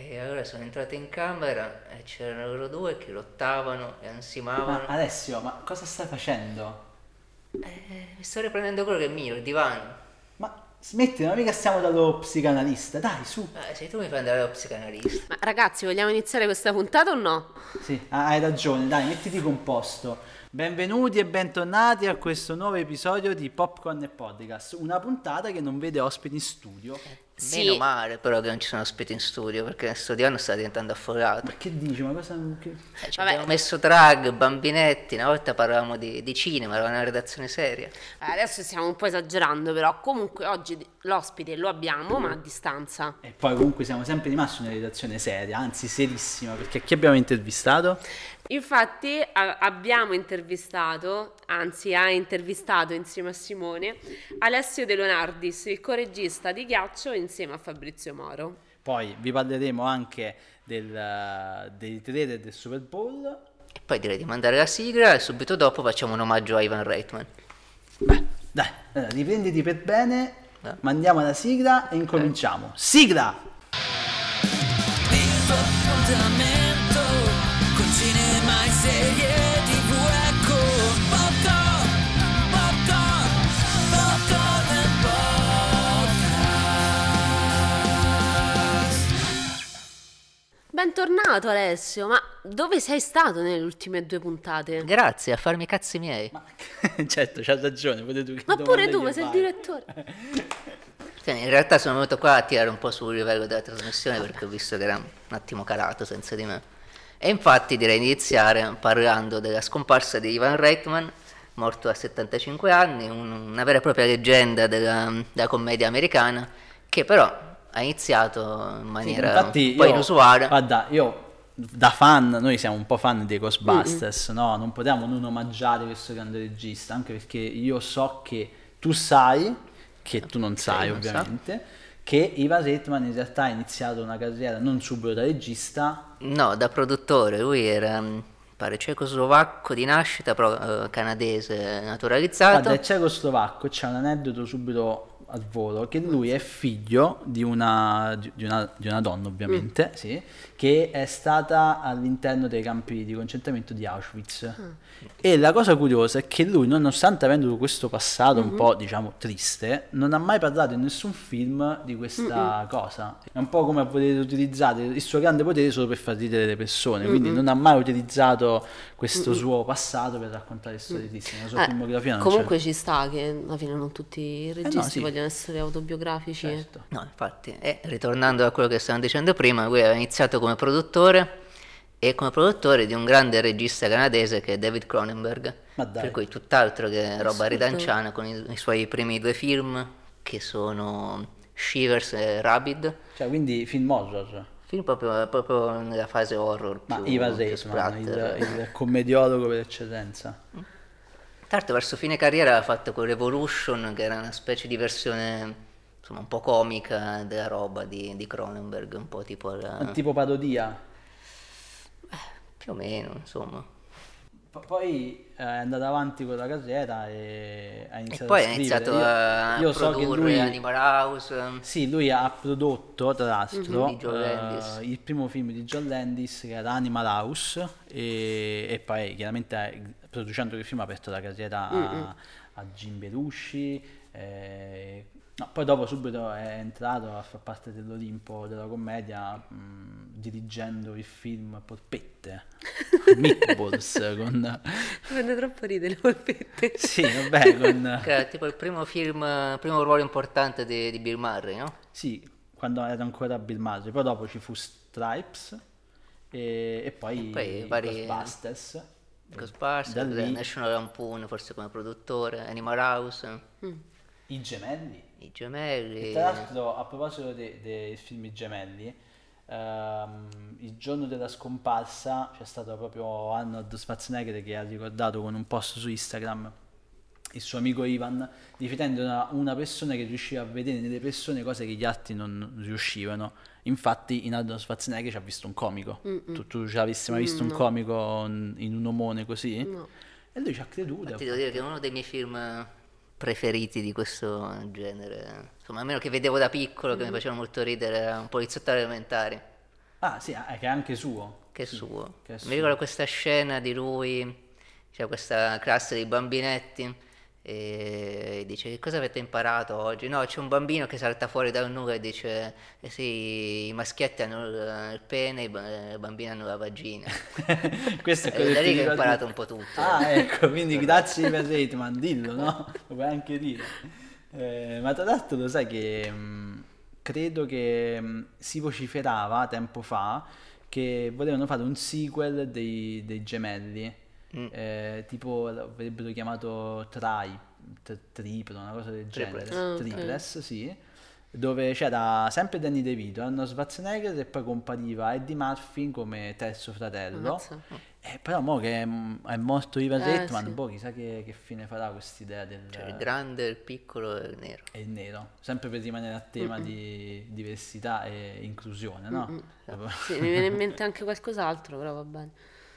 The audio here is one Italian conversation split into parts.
E allora sono entrato in camera e c'erano loro due che lottavano e ansimavano. Ma Alessio, ma cosa stai facendo? Mi sto riprendendo quello che è mio, il divano. Ma smetti, non mica stiamo dallo psicanalista, dai, su. Se tu mi fai andare allo psicanalista. Ma ragazzi, vogliamo iniziare questa puntata o no? Sì, hai ragione, dai, mettiti composto. Benvenuti e bentornati a questo nuovo episodio di Popcorn e Podcast, una puntata che non vede ospiti in studio. Meno male però che non ci sono ospiti in studio, perché sto divano sta diventando affollato. Ma che dici, ma cosa... Ci abbiamo messo drag, bambinetti, una volta parlavamo di cinema, era una redazione seria. Adesso stiamo un po' esagerando, però comunque oggi l'ospite lo abbiamo, ma a distanza. E poi comunque siamo sempre rimasti una redazione seria, anzi serissima, perché chi abbiamo intervistato? Infatti abbiamo intervistato, anzi ha intervistato insieme a Simone, Alessio De Leonardis, il coregista di Ghiaccio insieme a Fabrizio Moro. Poi vi parleremo anche dei trailer del Super Bowl. E poi direi di mandare la sigla e subito dopo facciamo un omaggio a Ivan Reitman. Beh, dai, allora, riprenditi per bene, mandiamo la sigla e incominciamo. Sigla! Vivo appuntamento con cinema e serie TV, ecco Popcorn, Popcorn, Popcorn e Podcast. Bentornato Alessio, ma dove sei stato nelle ultime 2 puntate? Grazie, a farmi i cazzi miei. Ma certo, c'hai ragione, pure tu. Ma pure tu, ma sei il direttore. In realtà sono venuto qua a tirare un po' sul livello della trasmissione perché ho visto che era un attimo calato senza di me. E infatti direi di iniziare parlando della scomparsa di Ivan Reitman, morto a 75 anni, una vera e propria leggenda della commedia americana, che però ha iniziato in maniera un po' inusuale. Guarda, io da fan, noi siamo un po' fan dei Ghostbusters, no? Non potevamo non omaggiare questo grande regista, anche perché io so che tu sai, che tu non sai ovviamente, che Ivan Reitman in realtà ha iniziato una carriera non subito da regista. No, da produttore, lui era, pare cecoslovacco di nascita, però canadese naturalizzato. Guarda, è cecoslovacco, c'è un aneddoto subito al volo, che lui è figlio di una donna ovviamente, sì, che è stata all'interno dei campi di concentramento di Auschwitz. E la cosa curiosa è che lui, nonostante avendo questo passato un po' diciamo triste, non ha mai parlato in nessun film di questa cosa. È un po' come a voler utilizzare il suo grande potere solo per far ridere le persone, quindi non ha mai utilizzato questo suo passato per raccontare storie tristi. La sua filmografia non Comunque c'è. ci sta che alla fine non tutti i registi sì. vogliono essere autobiografici. Certo. No, infatti, ritornando a quello che stavamo dicendo prima, lui aveva iniziato come produttore e come produttore di un grande regista canadese che è David Cronenberg, Ma dai. per cui tutt'altro che roba Assurdo. ridanciana con i suoi primi 2 film che sono Shivers e Rabid, Cioè, quindi film horror. film proprio nella fase horror Ma più, Ivan più Reitman, splatter. il commediologo per eccellenza. Tra l'altro verso fine carriera aveva fatto con Revolution, che era una specie di versione insomma un po' comica della roba di Cronenberg, un po' tipo Tipo parodia. più o meno, insomma. Poi è andato avanti con la carriera e ha E iniziato poi a ha scrivere. iniziato Io a so che produrre lui, Animal House. sì, lui ha prodotto tra l'altro Di John Landis. il primo film di John Landis che era Animal House e poi chiaramente producendo quel film ha aperto la carriera a Jim Belushi. No, poi dopo subito è entrato a far parte dell'Olimpo della commedia dirigendo il film Polpette, Meatballs con... Mi prende troppo ridere le polpette. Sì, vabbè, con... Che era tipo il primo film, primo ruolo importante di Bill Murray, no? Sì, quando era ancora Bill Murray, poi dopo ci fu Stripes e poi vari- Ghostbusters. Ghostbusters, Da lì- National Lampoon, forse come produttore, Animal House, I Gemelli. I Gemelli. E tra l'altro, a proposito dei film I Gemelli, il giorno della scomparsa c'è stato proprio Arnold Schwarzenegger che ha ricordato con un post su Instagram il suo amico Ivan, definendo una persona che riusciva a vedere nelle persone cose che gli altri non riuscivano. Infatti in Arnold Schwarzenegger ci ha visto un comico. Tu ci avessi mai visto un comico in un omone così? No. E lui ci ha creduto. Ti devo dire che è uno dei miei film preferiti di questo genere, insomma, almeno che vedevo da piccolo, che mi faceva molto ridere, era Un poliziotto alle elementari. Ah, sì, che è anche suo. che è Sì, suo. che è Mi suo. ricordo questa scena di lui, c'è questa classe di bambinetti e dice che cosa avete imparato oggi? No, c'è un bambino che salta fuori dal nulla e dice sì, i maschietti hanno il pene, i bambini hanno la vagina. Questo è E quello da che lì ti che ho ricordi. imparato un po' tutto. Ah, ecco, quindi grazie per Reitman, dillo, no? Lo puoi anche dire. Ma tra l'altro lo sai che credo che si vociferava tempo fa che volevano fare un sequel dei gemelli, Mm. tipo l'avrebbero chiamato Triplo, una cosa del genere, Triplets. Ah, ok. Triples, sì, dove c'era sempre Danny DeVito, Arnold Schwarzenegger e poi compariva Eddie Murphy come terzo fratello. Ammazza. Però mo che è morto Ivan Reitman, Sì. boh, chissà che fine farà quest'idea C'è il grande, il piccolo e il nero. e il nero, sempre per rimanere a tema di diversità e inclusione, no? Sì, mi viene in mente anche qualcos'altro, però va bene.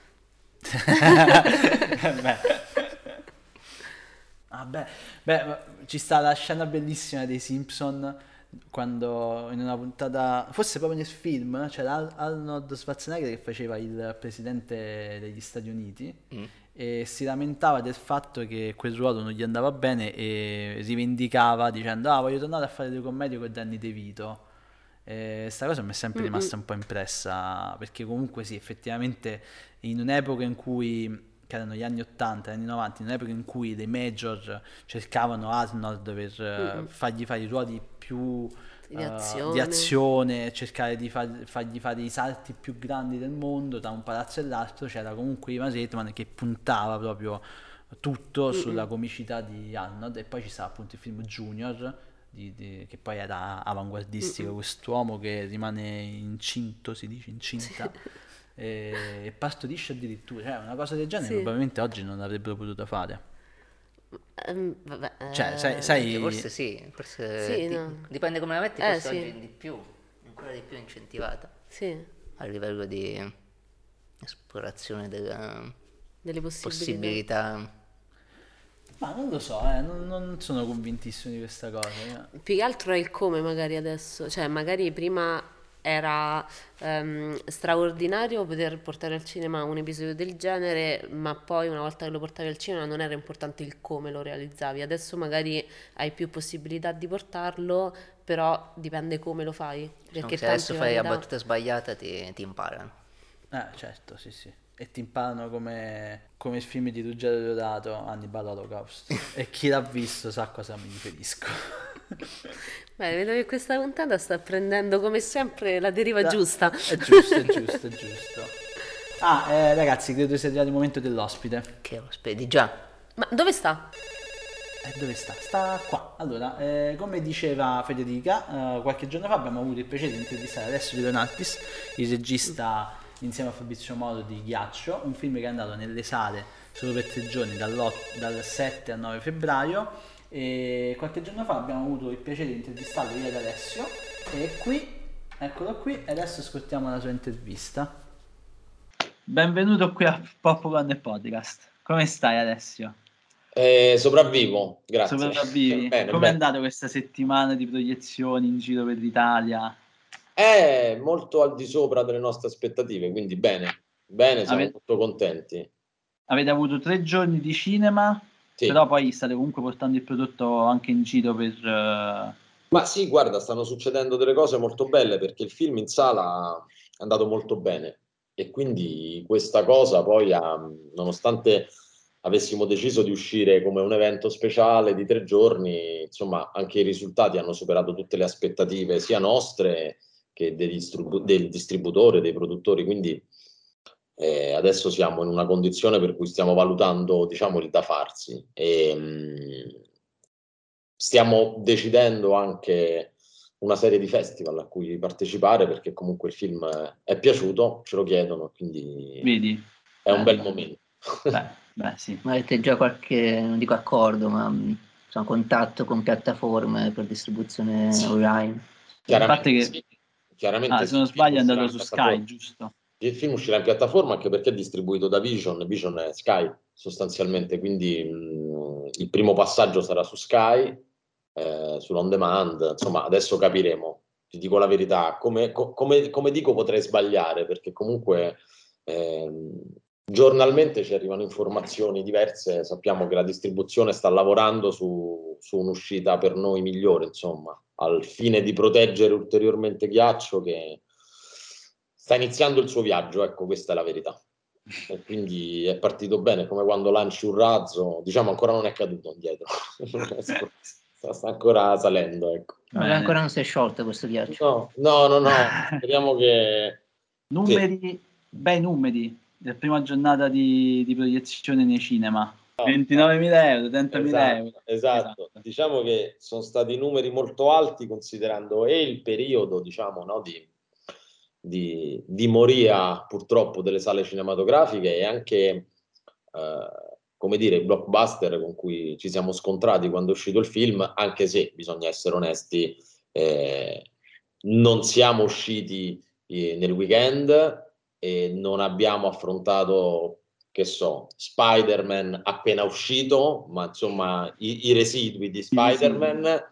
Beh. Beh, ma ci sta la scena bellissima dei Simpson quando in una puntata, forse proprio nel film, c'era Arnold Schwarzenegger che faceva il presidente degli Stati Uniti e si lamentava del fatto che quel ruolo non gli andava bene e rivendicava dicendo voglio tornare a fare le commedie con Danny DeVito. Sta cosa mi è sempre rimasta un po' impressa perché comunque sì, effettivamente in un'epoca in cui che erano gli anni 80, gli anni 90, in un'epoca in cui dei major cercavano Arnold per fargli fare i ruoli più Di di azione. azione, cercare di fargli fare i salti più grandi del mondo da un palazzo all'altro, c'era comunque Ivan Reitman che puntava proprio tutto sulla comicità di Arnold e poi ci sta appunto il film Junior che poi era avanguardistico, quest'uomo che rimane incinto, si dice incinta e partorisce addirittura, cioè una cosa del genere Sì. probabilmente oggi non l'avrebbero potuta fare. Vabbè, Cioè, sai, Forse sì, forse Sì, no. dipende come la metti, forse sì. oggi di più, ancora di più incentivata sì, a livello di esplorazione della delle possibilità. possibilità. ma non lo so, non sono convintissimo di questa cosa. Più che altro è il come magari adesso, cioè magari prima era straordinario poter portare al cinema un episodio del genere, ma poi una volta che lo portavi al cinema non era importante il come lo realizzavi. Adesso magari hai più possibilità di portarlo, però dipende come lo fai, Diciamo perché che se adesso tante fai la varietà. battuta sbagliata ti imparano. Certo, sì, sì. E ti imparano come il film di Ruggero Deodato, Hannibal Holocaust. E chi l'ha visto sa a cosa mi riferisco. Beh, vedo che questa puntata sta prendendo come sempre la deriva giusta. È giusto, è giusto, è giusto. Ragazzi, credo sia arrivato il momento dell'ospite. Che ospiti già. Ma dove sta? Dove sta? Sta qua. Allora, come diceva Federica, qualche giorno fa abbiamo avuto il piacere di intervistare Alessio De Donatis, il regista insieme a Fabrizio Moro di Ghiaccio, un film che è andato nelle sale solo per 3 giorni, dal 7 al 9 febbraio. E qualche giorno fa abbiamo avuto il piacere di intervistarlo io ed Alessio. E qui, eccolo qui, e adesso ascoltiamo la sua intervista. Benvenuto qui a Popcorn Podcast. Come stai, Alessio? Sopravvivo, grazie. Sopravvivi? Bene, Com'è bene. andata questa settimana di proiezioni in giro per l'Italia? È molto al di sopra delle nostre aspettative, quindi bene, siamo molto contenti. Avete avuto 3 giorni di cinema, Sì. però poi state comunque portando il prodotto anche in giro per... Ma sì, guarda, stanno succedendo delle cose molto belle perché il film in sala è andato molto bene e quindi questa cosa poi, nonostante avessimo deciso di uscire come un evento speciale di 3 giorni, insomma, anche i risultati hanno superato tutte le aspettative, sia nostre che del distributore, dei produttori, quindi adesso siamo in una condizione per cui stiamo valutando, diciamo, il da farsi e stiamo decidendo anche una serie di festival a cui partecipare perché comunque il film è piaciuto, ce lo chiedono, quindi Vedi? è un bel momento. Beh, sì. Ma avete già qualche, non dico accordo, ma insomma, contatto con piattaforme per distribuzione online? Chiaramente Infatti chiaramente se non sì, il film sbaglio è uscirà andato in su piattaforma. Sky, giusto? Il film uscirà in piattaforma anche perché è distribuito da Vision è Sky sostanzialmente, quindi il primo passaggio sarà su Sky, sull'on demand, insomma adesso capiremo. ti dico la verità, come dico potrei sbagliare, perché comunque giornalmente ci arrivano informazioni diverse, sappiamo che la distribuzione sta lavorando su un'uscita per noi migliore, insomma, al fine di proteggere ulteriormente Ghiaccio che sta iniziando il suo viaggio, ecco, questa è la verità. E quindi è partito bene, come quando lanci un razzo, diciamo ancora non è caduto indietro, sta ancora salendo, ecco. Vabbè, ancora non si è sciolto questo ghiaccio. No, speriamo che... Numeri, bei numeri della prima giornata di proiezione nei cinema. 29.000 euro, 30.000 euro. Esatto. Diciamo che sono stati numeri molto alti considerando il periodo, diciamo, no, di moria purtroppo delle sale cinematografiche e anche, come dire, i blockbuster con cui ci siamo scontrati quando è uscito il film, anche se, bisogna essere onesti, non siamo usciti nel weekend e non abbiamo affrontato, che so, Spider-Man appena uscito, ma insomma i residui di Spider-Man,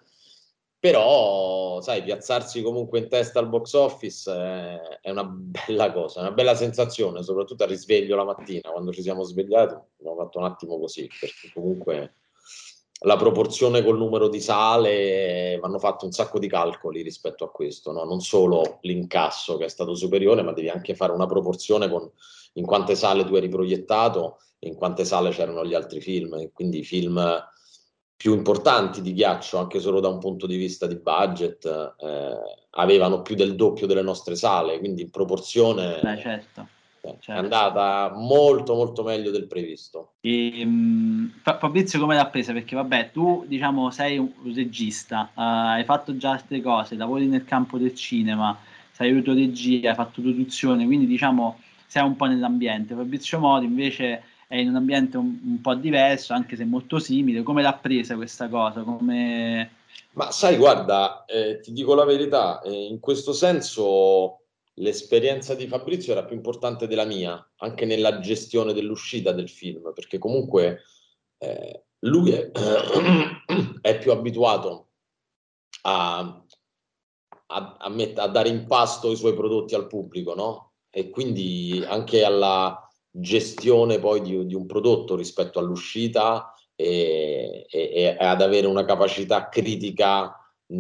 però sai, piazzarsi comunque in testa al box office è una bella cosa, una bella sensazione, soprattutto al risveglio la mattina, quando ci siamo svegliati, abbiamo fatto un attimo così, perché comunque la proporzione col numero di sale vanno fatti un sacco di calcoli rispetto a questo, no? Non solo l'incasso che è stato superiore, ma devi anche fare una proporzione con in quante sale tu eri proiettato e in quante sale c'erano gli altri film, e quindi i film più importanti di Ghiaccio, anche solo da un punto di vista di budget, avevano più del doppio delle nostre sale, quindi in proporzione certo. È andata molto molto meglio del previsto. Fabrizio come l'ha presa? Perché vabbè, tu diciamo sei un regista, hai fatto già altre cose, lavori nel campo del cinema, sei avuto regia, hai fatto produzione, quindi diciamo sei un po' nell'ambiente. Fabrizio Mori invece è in un ambiente un po' diverso, anche se molto simile. Come l'ha presa questa cosa? Ma sai, guarda, ti dico la verità, in questo senso l'esperienza di Fabrizio era più importante della mia, anche nella gestione dell'uscita del film, perché comunque lui è più abituato a dare in pasto i suoi prodotti al pubblico, no? E quindi anche alla gestione poi di un prodotto rispetto all'uscita e ad avere una capacità critica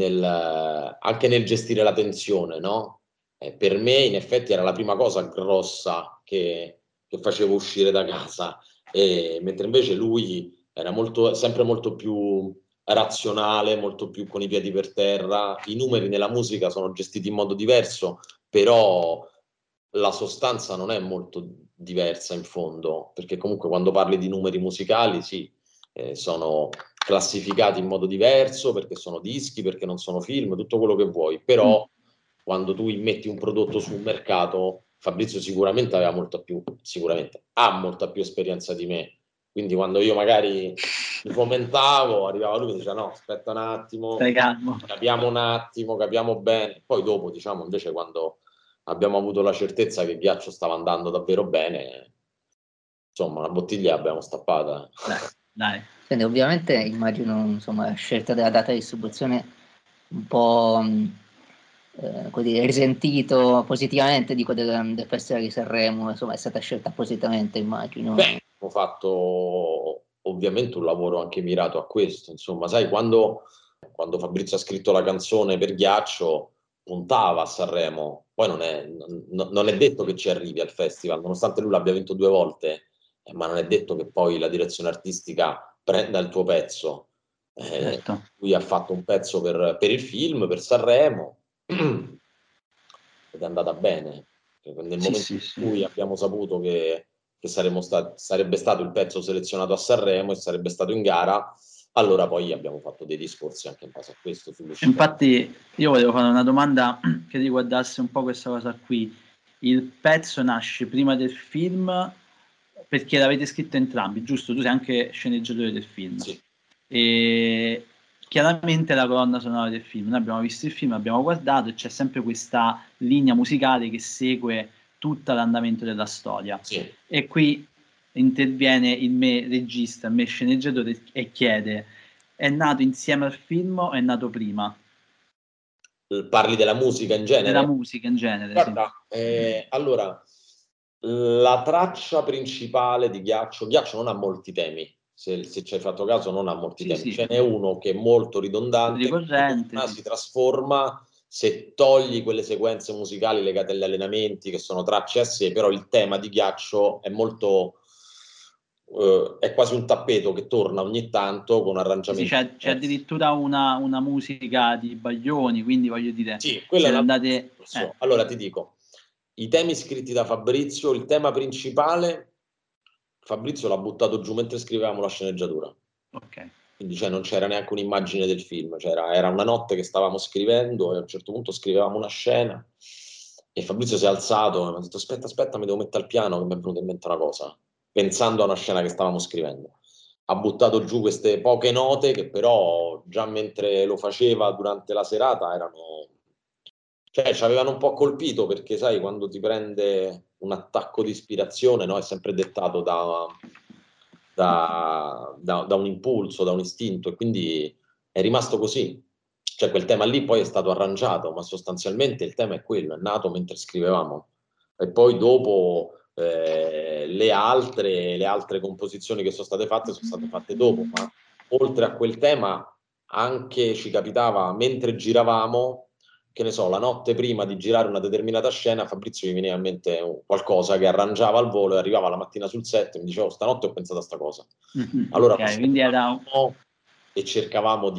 anche nel gestire la tensione, no? Per me in effetti era la prima cosa grossa che facevo uscire da casa, mentre invece lui era sempre molto più razionale, molto più con i piedi per terra. I numeri nella musica sono gestiti in modo diverso, però la sostanza non è molto diversa in fondo, perché comunque quando parli di numeri musicali, sì, sono classificati in modo diverso, perché sono dischi, perché non sono film, tutto quello che vuoi, però quando tu immetti un prodotto sul mercato, Fabrizio sicuramente ha molta più esperienza di me, quindi quando io magari mi fomentavo, arrivava lui e diceva no, aspetta un attimo, Stai calmo. capiamo un attimo, capiamo bene, poi dopo diciamo invece quando abbiamo avuto la certezza che il Ghiaccio stava andando davvero bene, insomma una bottiglia l'abbiamo stappata. Dai. Quindi ovviamente immagino insomma, la scelta della data di distribuzione un po' come dire, risentito positivamente dico, del Festival di Sanremo, insomma è stata scelta appositamente immagino. Beh, ho fatto ovviamente un lavoro anche mirato a questo, insomma, sai, quando Fabrizio ha scritto la canzone per Ghiaccio puntava a Sanremo, poi non è detto che ci arrivi al festival, nonostante lui l'abbia vinto 2 volte, ma non è detto che poi la direzione artistica prenda il tuo pezzo. Certo. Lui ha fatto un pezzo per il film, per Sanremo, ed è andata bene. Nel momento in cui abbiamo saputo che sarebbe stato il pezzo selezionato a Sanremo e sarebbe stato in gara, allora poi abbiamo fatto dei discorsi anche in base a questo. Infatti io volevo fare una domanda che riguardasse un po' questa cosa qui. Il pezzo nasce prima del film perché l'avete scritto entrambi, giusto? Tu sei anche sceneggiatore del film. Sì. E chiaramente la colonna sonora del film, noi abbiamo visto il film, abbiamo guardato e c'è sempre questa linea musicale che segue tutto l'andamento della storia. Sì. E qui interviene il me regista, il me sceneggiatore e chiede: è nato insieme al film o è nato prima? Parli della musica in genere? Della musica in genere, sì. Guarda, allora, la traccia principale di Ghiaccio non ha molti temi, se ci hai fatto caso non ha molti Sì, temi, sì, ce n'è uno che è molto ridondante, ricorrente, si sì. trasforma se togli quelle sequenze musicali legate agli allenamenti che sono tracce a sé, però il tema di Ghiaccio è molto... è quasi un tappeto che torna ogni tanto con Sì, sì, arrangiamenti c'è diversi. addirittura una musica di Baglioni, quindi voglio dire, Sì, quello è un siete altro andate... discorso. Allora ti dico, i temi scritti da Fabrizio, il tema principale, Fabrizio l'ha buttato giù mentre scrivevamo la sceneggiatura. ok. Quindi cioè, non c'era neanche un'immagine del film, era una notte che stavamo scrivendo e a un certo punto scrivevamo una scena e Fabrizio si è alzato e mi ha detto aspetta, mi devo mettere al piano che mi è venuta in mente una cosa, pensando a una scena che stavamo scrivendo. Ha buttato giù queste poche note che però già mentre lo faceva durante la serata erano... Cioè, ci avevano un po' colpito perché, sai, quando ti prende un attacco di ispirazione, no? È sempre dettato da un impulso, da un istinto, e quindi è rimasto così. Cioè, quel tema lì poi è stato arrangiato, ma sostanzialmente il tema è quello, è nato mentre scrivevamo. E poi dopo le altre composizioni che sono state fatte dopo, ma oltre a quel tema anche ci capitava mentre giravamo che ne so, la notte prima di girare una determinata scena, a Fabrizio gli veniva in mente qualcosa che arrangiava al volo e arrivava la mattina sul set e mi diceva, oh, stanotte ho pensato a sta cosa. Allora Ok, quindi era... e cercavamo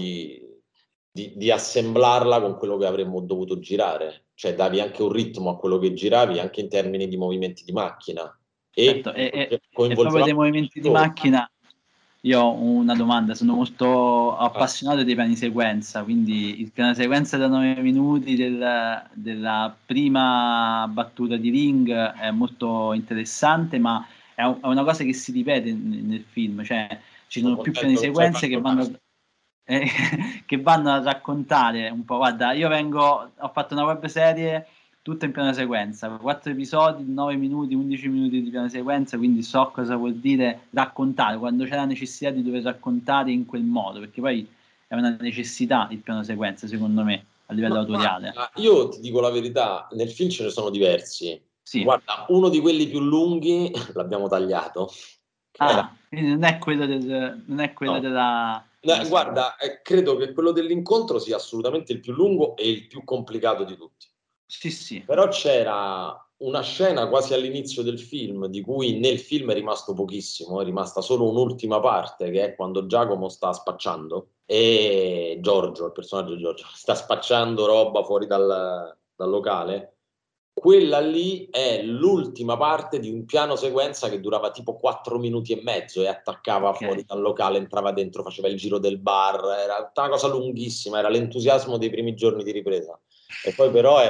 di assemblarla con quello che avremmo dovuto girare, cioè davi anche un ritmo a quello che giravi anche in termini di movimenti di macchina e Certo, e proprio coinvolgevamo dei gli movimenti di attori. macchina, io ho una domanda, sono molto Ah, appassionato dei piani sequenza, quindi il piano sequenza da 9 minuti della prima battuta di ring è molto interessante, ma è una cosa che si ripete nel film, cioè ci sono sono più piani contento che ci hai sequenze che fatto caso. eh, che vanno a raccontare un po'. Guarda, ho fatto una web serie tutta in piana sequenza, 4 episodi, 9 minuti, 11 minuti di piana sequenza, quindi so cosa vuol dire raccontare, quando c'è la necessità di dover raccontare in quel modo, perché poi è una necessità il piano sequenza, secondo me, a livello Ma autoriale. guarda, io ti dico la verità, nel film ce ne sono diversi. Sì. Guarda, uno di quelli più lunghi l'abbiamo tagliato, che era... Ah, quindi non è quello No. della storia. Guarda, credo che quello dell'incontro sia assolutamente il più lungo e il più complicato di tutti. Sì, sì. Però c'era una scena quasi all'inizio del film, di cui nel film è rimasto pochissimo, è rimasta solo un'ultima parte, che è quando Giacomo sta spacciando e Giorgio, il personaggio di Giorgio, sta spacciando roba fuori dal locale. Quella lì è l'ultima parte di un piano sequenza che durava tipo 4 minuti e mezzo e attaccava Ok. fuori dal locale, entrava dentro, faceva il giro del bar, era tutta una cosa lunghissima, era l'entusiasmo dei primi giorni di ripresa. E poi però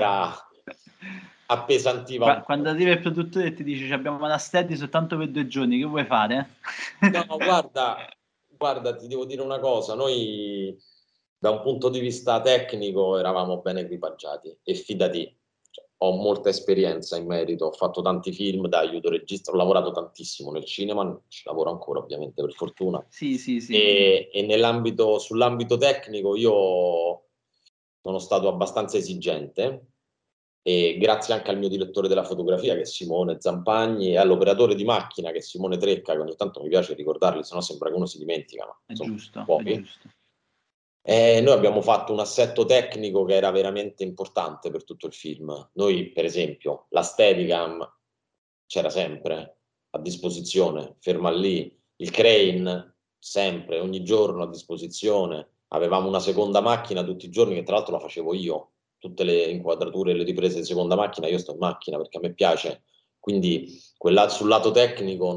appesantiva un Quando po'. arriva il produttore e ti dice "Ci abbiamo la steady soltanto per 2 giorni, che vuoi fare?" No, guarda, ti devo dire una cosa, noi da un punto di vista tecnico eravamo ben equipaggiati e fidati, cioè, ho molta esperienza in merito, ho fatto tanti film da aiuto regista, ho lavorato tantissimo nel cinema, ci lavoro ancora ovviamente per fortuna, Sì, sì, sì. e sull'ambito tecnico io sono stato abbastanza esigente e grazie anche al mio direttore della fotografia che è Simone Zampagni e all'operatore di macchina che è Simone Trecca, che ogni tanto mi piace ricordarli, sennò sembra che uno si dimentica, ma È sono giusto, è pochi. giusto. Noi abbiamo fatto un assetto tecnico che era veramente importante per tutto il film. Noi, per esempio, la Steadicam c'era sempre a disposizione, ferma lì, il crane sempre, ogni giorno a disposizione. Avevamo una seconda macchina tutti i giorni, che tra l'altro la facevo io. Tutte le inquadrature e le riprese di seconda macchina, io sto in macchina perché a me piace. Quindi sul lato tecnico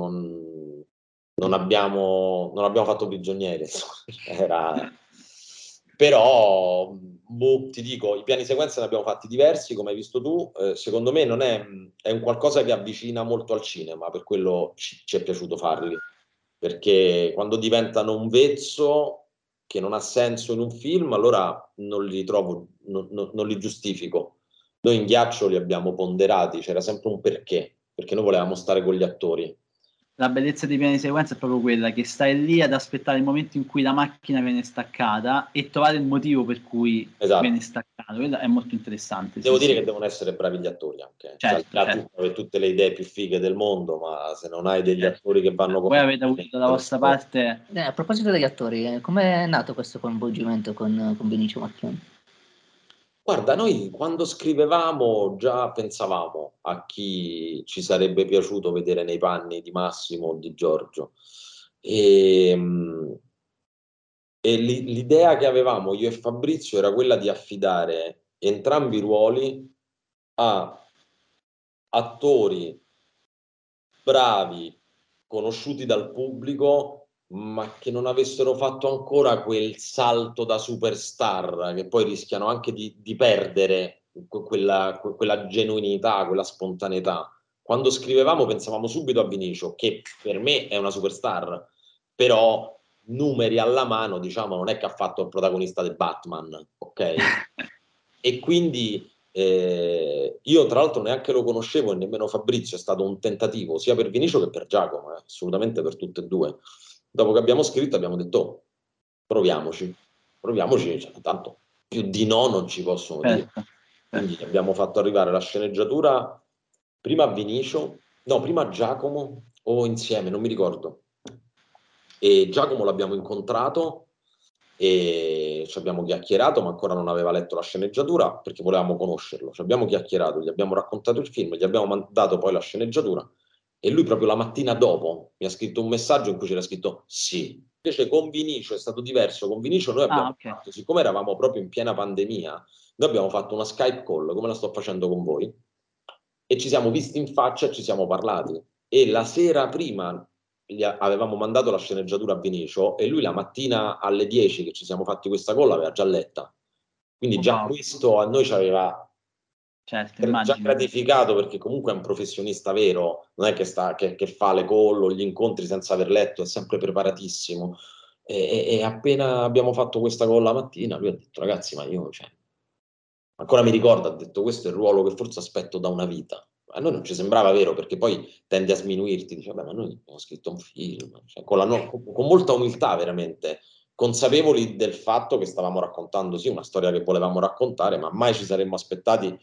non abbiamo fatto prigionieri, insomma. Però, ti dico, i piani sequenza ne abbiamo fatti diversi, come hai visto tu. Secondo me non è un qualcosa che avvicina molto al cinema, per quello ci è piaciuto farli. Perché quando diventano un vezzo che non ha senso in un film, allora non li trovo, non li giustifico. Noi in Ghiaccio li abbiamo ponderati, c'era sempre un perché noi volevamo stare con gli attori. la bellezza dei piani di sequenza è proprio quella che stai lì ad aspettare il momento in cui la macchina viene staccata e trovare il motivo per cui viene Esatto. staccato. Quello è molto interessante, Devo sì, dire sì. che devono essere bravi gli attori anche. Cioè, al di Certo, là tu certo, puoi avere tutte le idee più fighe del mondo, ma se non hai degli certo. attori che vanno Voi come avete avuto dalla vostra questo. parte... A proposito degli attori, com'è nato questo coinvolgimento con Benicio Macchioni? Guarda, noi quando scrivevamo già pensavamo a chi ci sarebbe piaciuto vedere nei panni di Massimo o di Giorgio. E, l'idea che avevamo io e Fabrizio era quella di affidare entrambi i ruoli a attori bravi, conosciuti dal pubblico, ma che non avessero fatto ancora quel salto da superstar, che poi rischiano anche di perdere quella genuinità, quella spontaneità. Quando scrivevamo pensavamo subito a Vinicio, che per me è una superstar, però numeri alla mano, diciamo, non è che ha fatto il protagonista del Batman, ok? E quindi io tra l'altro neanche lo conoscevo e nemmeno Fabrizio, è stato un tentativo sia per Vinicio che per Giacomo, assolutamente per tutte e due. Dopo che abbiamo scritto abbiamo detto, "Oh, proviamoci, cioè, tanto più di no non ci possono dire." Certo, Quindi certo. abbiamo fatto arrivare la sceneggiatura prima a Vinicio, no, prima a Giacomo o insieme, non mi ricordo. E Giacomo l'abbiamo incontrato e ci abbiamo chiacchierato, ma ancora non aveva letto la sceneggiatura perché volevamo conoscerlo. Ci abbiamo chiacchierato, gli abbiamo raccontato il film, gli abbiamo mandato poi la sceneggiatura e lui proprio la mattina dopo mi ha scritto un messaggio in cui c'era scritto sì. Invece con Vinicio è stato diverso, con Vinicio noi Ah, abbiamo ok. fatto, siccome eravamo proprio in piena pandemia, noi abbiamo fatto una Skype call, come la sto facendo con voi, e ci siamo visti in faccia e ci siamo parlati. E la sera prima avevamo mandato la sceneggiatura a Vinicio e lui la mattina alle 10 che ci siamo fatti questa call l'aveva già letta. Quindi già Wow, questo a noi ci aveva certo, già immagino. gratificato perché comunque è un professionista vero, non è che fa le call o gli incontri senza aver letto, è sempre preparatissimo. E appena abbiamo fatto questa call la mattina, lui ha detto ragazzi, ma io, cioè, ancora mi ricordo, ha detto questo è il ruolo che forse aspetto da una vita. A noi non ci sembrava vero perché poi tende a sminuirti, dice, vabbè, ma noi abbiamo scritto un film, cioè, con molta umiltà veramente, consapevoli del fatto che stavamo raccontando, sì, una storia che volevamo raccontare, ma mai ci saremmo aspettati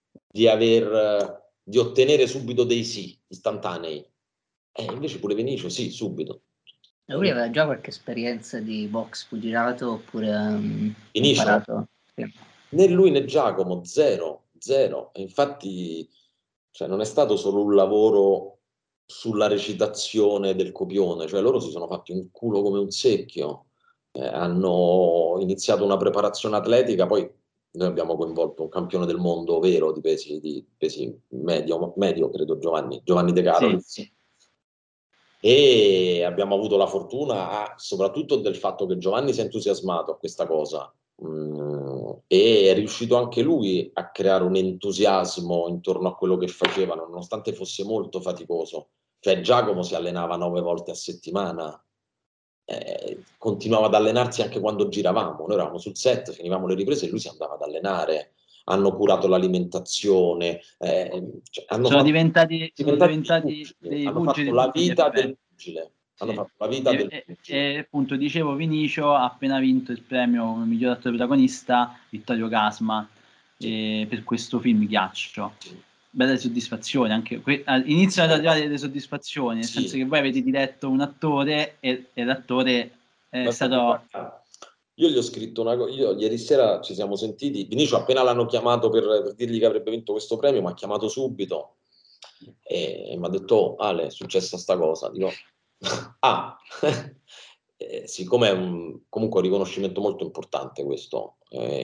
di ottenere subito dei sì istantanei. E invece pure Vinicio, sì, subito. E lui aveva già qualche esperienza di box pugilato oppure ha Vinicio, imparato? Sì. né lui né Giacomo, zero, zero. E infatti, cioè, non è stato solo un lavoro sulla recitazione del copione, cioè loro si sono fatti un culo come un secchio, hanno iniziato una preparazione atletica, poi noi abbiamo coinvolto un campione del mondo vero di pesi medio, credo Giovanni De Sì, Caroli, sì. e abbiamo avuto la fortuna soprattutto del fatto che Giovanni si è entusiasmato a questa cosa, e è riuscito anche lui a creare un entusiasmo intorno a quello che facevano, nonostante fosse molto faticoso. Cioè Giacomo si allenava 9 volte a settimana, continuava ad allenarsi anche quando giravamo. Noi eravamo sul set, finivamo le riprese e lui si andava ad allenare. Hanno curato l'alimentazione, cioè, Sono diventati dei hanno fatto pugili la tutti gli vita del effetti. pugile, hanno Sì. fatto la vita del pugile. E appunto dicevo, Vinicio ha appena vinto il premio come miglior attore protagonista, Vittorio Casma, Sì, per questo film Ghiaccio. sì. Bella soddisfazione, anche iniziano ad arrivare delle soddisfazioni, nel senso Sì. che voi avete diretto un attore e l'attore è Ma senti, stato... guarda, io gli ho scritto una cosa, io ieri sera ci siamo sentiti, Vinicio appena l'hanno chiamato per dirgli che avrebbe vinto questo premio, mi ha chiamato subito e mi ha detto, "Oh, Ale, è successa sta cosa." Dico, ah, siccome è comunque un riconoscimento molto importante questo,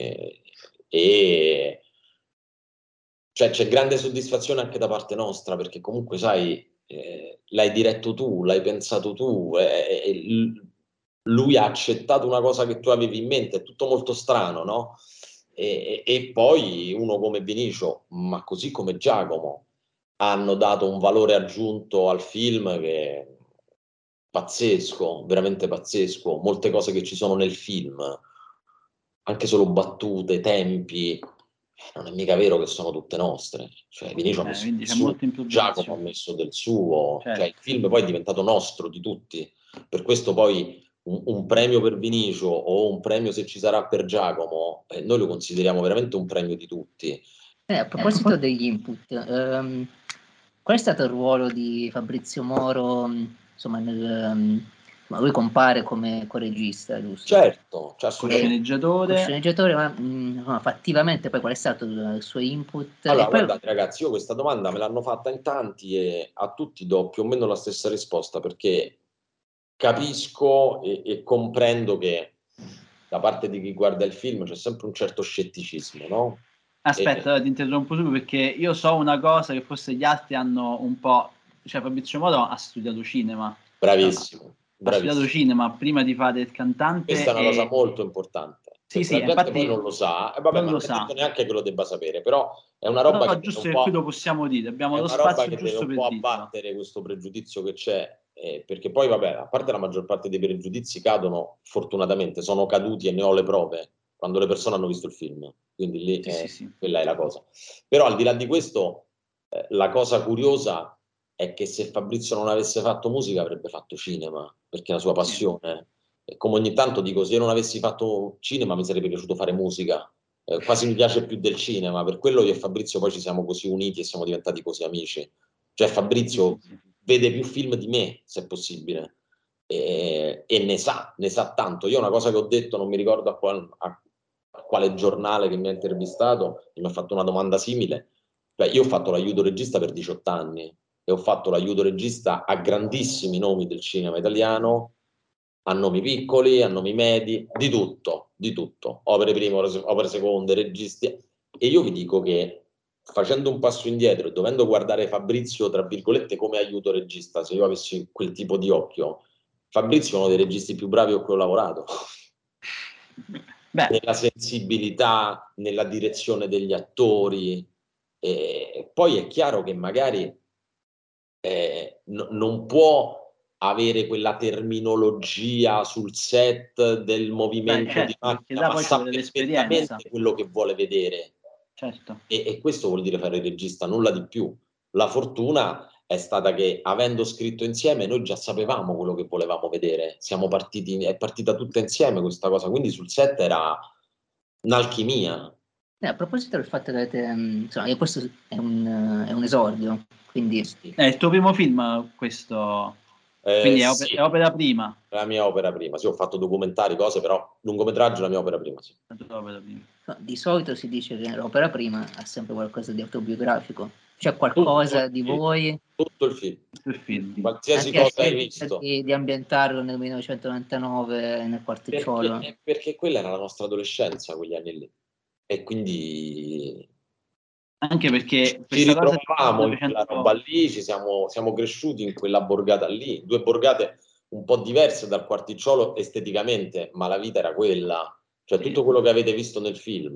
e cioè, c'è grande soddisfazione anche da parte nostra, perché comunque, sai, l'hai diretto tu, l'hai pensato tu, lui ha accettato una cosa che tu avevi in mente, è tutto molto strano, no? E poi uno come Vinicio, ma così come Giacomo, hanno dato un valore aggiunto al film che è pazzesco, veramente pazzesco. Molte cose che ci sono nel film, anche solo battute, tempi, non è mica vero che sono tutte nostre. Cioè, Vinicio ha messo quindi del c'è suo, molta Giacomo ha improvvisazione. messo del suo, Certo. cioè il film poi è diventato nostro, di tutti. Per questo poi un premio per Vinicio o un premio, se ci sarà, per Giacomo, noi lo consideriamo veramente un premio di tutti. A proposito degli input, qual è stato il ruolo di Fabrizio Moro, insomma, ma lui compare come coregista, giusto? Certo, cioè, Con assolutamente. sceneggiatore. Sceneggiatore, ma insomma, fattivamente poi qual è stato il suo input? Allora, E poi, guardate ragazzi, io questa domanda me l'hanno fatta in tanti e a tutti do più o meno la stessa risposta, perché capisco e comprendo che da parte di chi guarda il film c'è sempre un certo scetticismo, no? Aspetta, allora ti interrompo subito perché io so una cosa che forse gli altri hanno un po'. Cioè Fabrizio Moro ha studiato cinema. Bravissimo, Ha studiato bravissimo. cinema prima di fare il Questa cantante è una cosa e. molto importante, Sì, perché sì, la gente poi infatti non lo sa, e vabbè, non ma lo non è sa. detto neanche che lo debba sapere, però è una roba Però che deve giusto un che qui lo po', possiamo dire, abbiamo è lo una roba spazio che deve giusto un per po' dirlo. abbattere questo pregiudizio che c'è, perché poi, vabbè, a parte la maggior parte dei pregiudizi cadono, fortunatamente, sono caduti e ne ho le prove, quando le persone hanno visto il film, quindi lì Sì, sì, sì. quella è la cosa. Però al di là di questo, la cosa curiosa è che se Fabrizio non avesse fatto musica avrebbe fatto cinema, perché è la sua Sì. passione. E come ogni tanto dico, se io non avessi fatto cinema mi sarebbe piaciuto fare musica. Quasi mi piace più del cinema, per quello io e Fabrizio poi ci siamo così uniti e siamo diventati così amici. Cioè Sì, Fabrizio sì, sì. vede più film di me, se è possibile, e ne sa tanto. Io una cosa che ho detto, non mi ricordo a quale giornale che mi ha intervistato, mi ha fatto una domanda simile. Beh, io ho fatto l'aiuto regista per 18 anni e ho fatto l'aiuto regista a grandissimi nomi del cinema italiano, a nomi piccoli, a nomi medi, di tutto, opere prime, opere seconde, registi. E io vi dico che facendo un passo indietro e dovendo guardare Fabrizio, tra virgolette, come aiuto regista, se io avessi quel tipo di occhio, Fabrizio è uno dei registi più bravi con cui ho lavorato. Beh, Nella sensibilità, nella direzione degli attori. E poi è chiaro che magari non può avere quella terminologia sul set del beh, movimento di certo, perché macchina, là ma poi ci sa vuole l'esperienza. perfettamente quello che vuole vedere. Certo. E questo vuol dire fare il regista, nulla di più. La fortuna è stata che, avendo scritto insieme, noi già sapevamo quello che volevamo vedere. Siamo partiti, è partita tutta insieme questa cosa, quindi sul set era un'alchimia. a proposito del fatto che avete, insomma, questo è un esordio, quindi È il tuo primo film questo, quindi Sì, è opera prima. è la mia opera prima. Sì, ho fatto documentari, cose, però lungometraggio è la mia opera prima, sì. È la tua opera prima. no, di solito si dice che l'opera prima ha sempre qualcosa di autobiografico, c'è Tutto qualcosa il di film, voi, tutto il film. Il film. Qualsiasi anche la cosa hai scelta visto. di ambientarlo nel 1999 nel quarticciolo. Perché quella era la nostra adolescenza, quegli anni lì. E quindi Anche perché ci questa cosa di ritrovavamo in quella roba 1900. lì, siamo cresciuti in quella borgata lì, due borgate un po' diverse dal quarticciolo esteticamente, ma la vita era quella. Cioè Sì. tutto quello che avete visto nel film,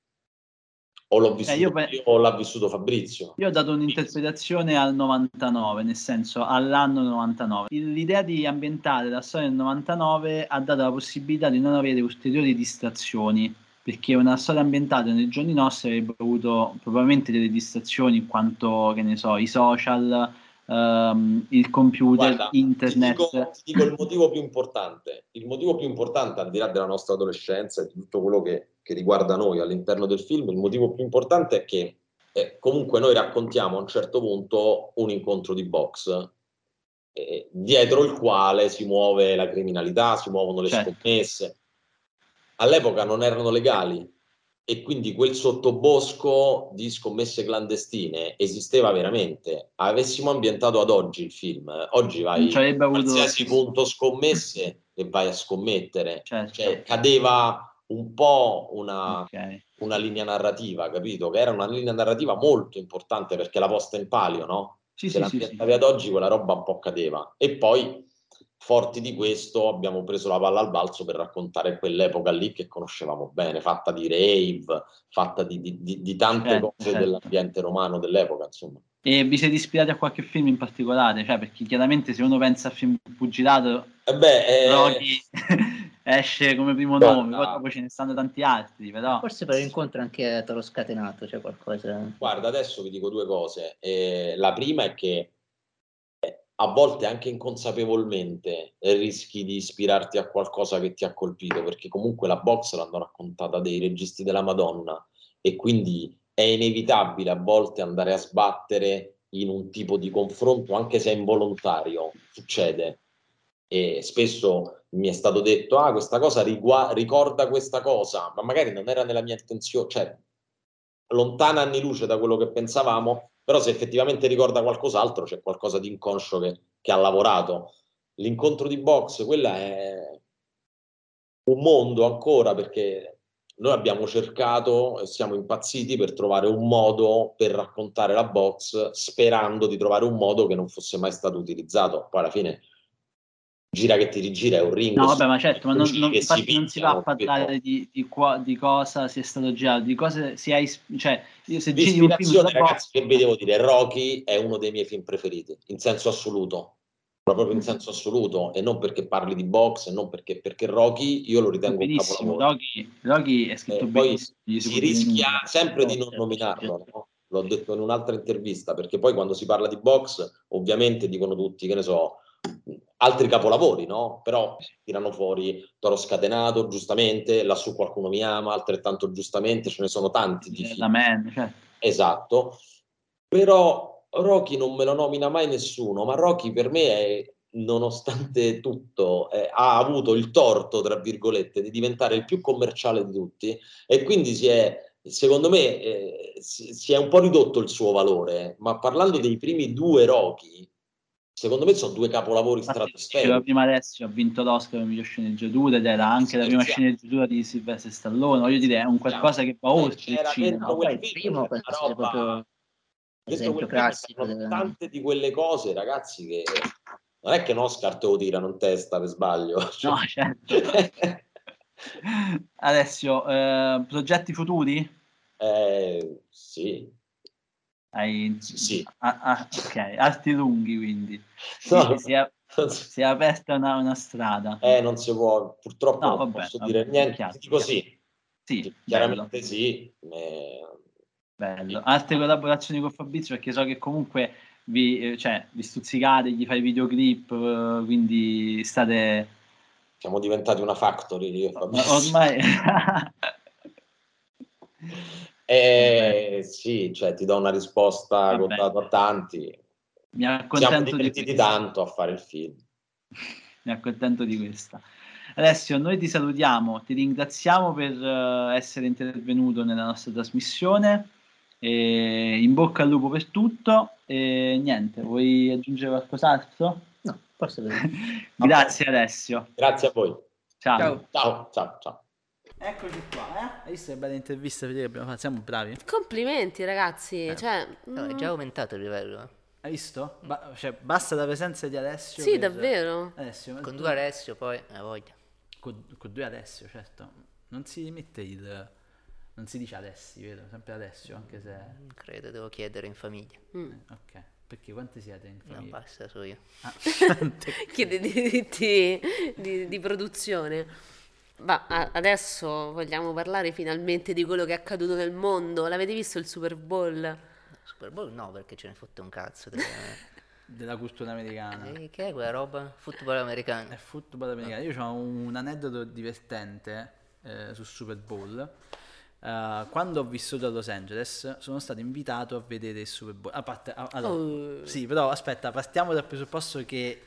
o l'ho Io, vissuto io o l'ha vissuto Fabrizio. io ho dato un'interpretazione al 99, nel senso all'anno 99. L'idea di ambientare la storia del 99 ha dato la possibilità di non avere ulteriori distrazioni, perché una storia ambientata nei giorni nostri avrebbe avuto probabilmente delle distrazioni in quanto, che ne so, i social, il computer, Guarda, internet. ti dico il motivo più importante. Il motivo più importante, al di là della nostra adolescenza e di tutto quello che riguarda noi all'interno del film, il motivo più importante è che comunque noi raccontiamo a un certo punto un incontro di box, dietro il quale si muove la criminalità, si muovono le Certo. scommesse. All'epoca non erano legali e quindi quel sottobosco di scommesse clandestine esisteva veramente. Avessimo ambientato ad oggi il film, oggi Non vai ci avrebbe a avuto lo qualsiasi stesso. punto scommesse e vai a scommettere. Certo. Cioè, cadeva un po' Ok. una linea narrativa, capito? Che era una linea narrativa molto importante perché la posta in palio, no? Sì, Se sì, sì, sì. l'ambientavi ad oggi quella roba un po' cadeva. E poi forti di questo abbiamo preso la palla al balzo per raccontare quell'epoca lì che conoscevamo bene, fatta di rave, fatta di tante Certo, cose certo. dell'ambiente romano dell'epoca, insomma. E vi siete ispirati a qualche film in particolare? Cioè, perché chiaramente se uno pensa a film pugilato, E beh, Rocky esce come primo Guarda. nome, poi dopo ce ne stanno tanti altri, però Forse per l'incontro anche Toro Scatenato c'è qualcosa. Guarda, adesso vi dico due cose. La prima è che a volte anche inconsapevolmente rischi di ispirarti a qualcosa che ti ha colpito, perché comunque la box l'hanno raccontata dei registi della Madonna e quindi è inevitabile a volte andare a sbattere in un tipo di confronto, anche se è involontario, succede. E spesso mi è stato detto, ah, questa cosa ricorda questa cosa, ma magari non era nella mia intenzione, cioè lontana anni luce da quello che pensavamo, però se effettivamente ricorda qualcos'altro c'è qualcosa di inconscio che ha lavorato. L'incontro di box, quella è un mondo ancora, perché noi abbiamo cercato e siamo impazziti per trovare un modo per raccontare la box, sperando di trovare un modo che non fosse mai stato utilizzato. Poi alla fine gira che ti rigira, è un ring. no, vabbè, ma certo, ma che si infatti non si va a picchiano, parlare di cosa sia stato girato, di cosa sia, cioè, io se di giri un film ispirazione, sulla ragazzi, box, che vi devo dire, Rocky è uno dei miei film preferiti, in senso assoluto, proprio in senso assoluto, e non perché parli di box, e non perché Rocky io lo ritengo un benissimo, capolavoro. Rocky è scritto Poi benissimo, non gli si si può dire rischia nulla. sempre di non nominarlo, no? L'ho detto in un'altra intervista, perché poi quando si parla di box, ovviamente dicono tutti, che ne so, altri capolavori, no? Però tirano fuori Toro Scatenato, giustamente, Lassù qualcuno mi ama, altrettanto giustamente, ce ne sono tanti di La film. Man, certo. Esatto, però Rocky non me lo nomina mai nessuno, ma Rocky per me è, nonostante tutto, ha avuto il torto, tra virgolette, di diventare il più commerciale di tutti e quindi secondo me, si è un po' ridotto il suo valore, ma parlando dei primi due Rocky, secondo me sono due capolavori Infatti, diceva stratosferici. prima Alessio, ha vinto l'Oscar per miglior sceneggiatura ed era anche la prima sceneggiatura di Sylvester Stallone, voglio dire, è un qualcosa che va oltre il C'era cinema. dentro No, poi quel il film, primo c'era penso una sia roba, proprio dentro l'esempio quel film classico c'erano tante di quelle cose, ragazzi, che non è che un Oscar te lo tirano in testa per sbaglio. No, Cioè. certo. Alessio, progetti futuri? Sì, Hai... sì. ok, arti lunghi quindi. No, Si è aperta una strada. non si può, purtroppo No, non vabbè, posso dire vabbè, è niente, chiaro, ti dico sì, Sì, bello, chiaramente sì. bello. Altre collaborazioni con Fabrizio, perché so che comunque vi stuzzicate, gli fai videoclip, quindi state... Siamo diventati una factory, io e Fabrizio. Ormai... Vabbè, Sì, cioè ti do una risposta che ho vabbè, dato a tanti. mi Siamo accontento di divertiti questo. tanto a fare il film. Mi accontento di questa. Alessio, noi ti salutiamo, ti ringraziamo per essere intervenuto nella nostra trasmissione. E in bocca al lupo per tutto. E niente, vuoi aggiungere qualcos'altro? No, forse per... Grazie Alessio. Grazie a voi. Ciao. Ciao. Ciao, ciao, ciao. Eccoci qua, eh? Hai visto che belle interviste che abbiamo fatto? Siamo bravi. Complimenti ragazzi, cioè, No, è già aumentato il livello. Hai visto? Cioè, basta la presenza di Alessio. sì, per- davvero. Alessio, ma Con tu- due Alessio poi, voglia. con due Alessio, certo. Non si mette il... Non si dice Alessi, vero? Sempre Alessio, anche se... Non credo, devo chiedere in famiglia. Ok. Perché quanti siete in No, famiglia? basta, so io. Ah. Chiede diritti di produzione. Ma adesso vogliamo parlare finalmente di quello che è accaduto nel mondo. L'avete visto il Super Bowl? Super Bowl no, perché ce ne fotte un cazzo. Della cultura americana. Che è quella roba? Football americano. È football americano. Io ho un aneddoto divertente sul Super Bowl. Quando ho vissuto a Los Angeles sono stato invitato a vedere il Super Bowl. Allora, sì, però aspetta, partiamo dal presupposto che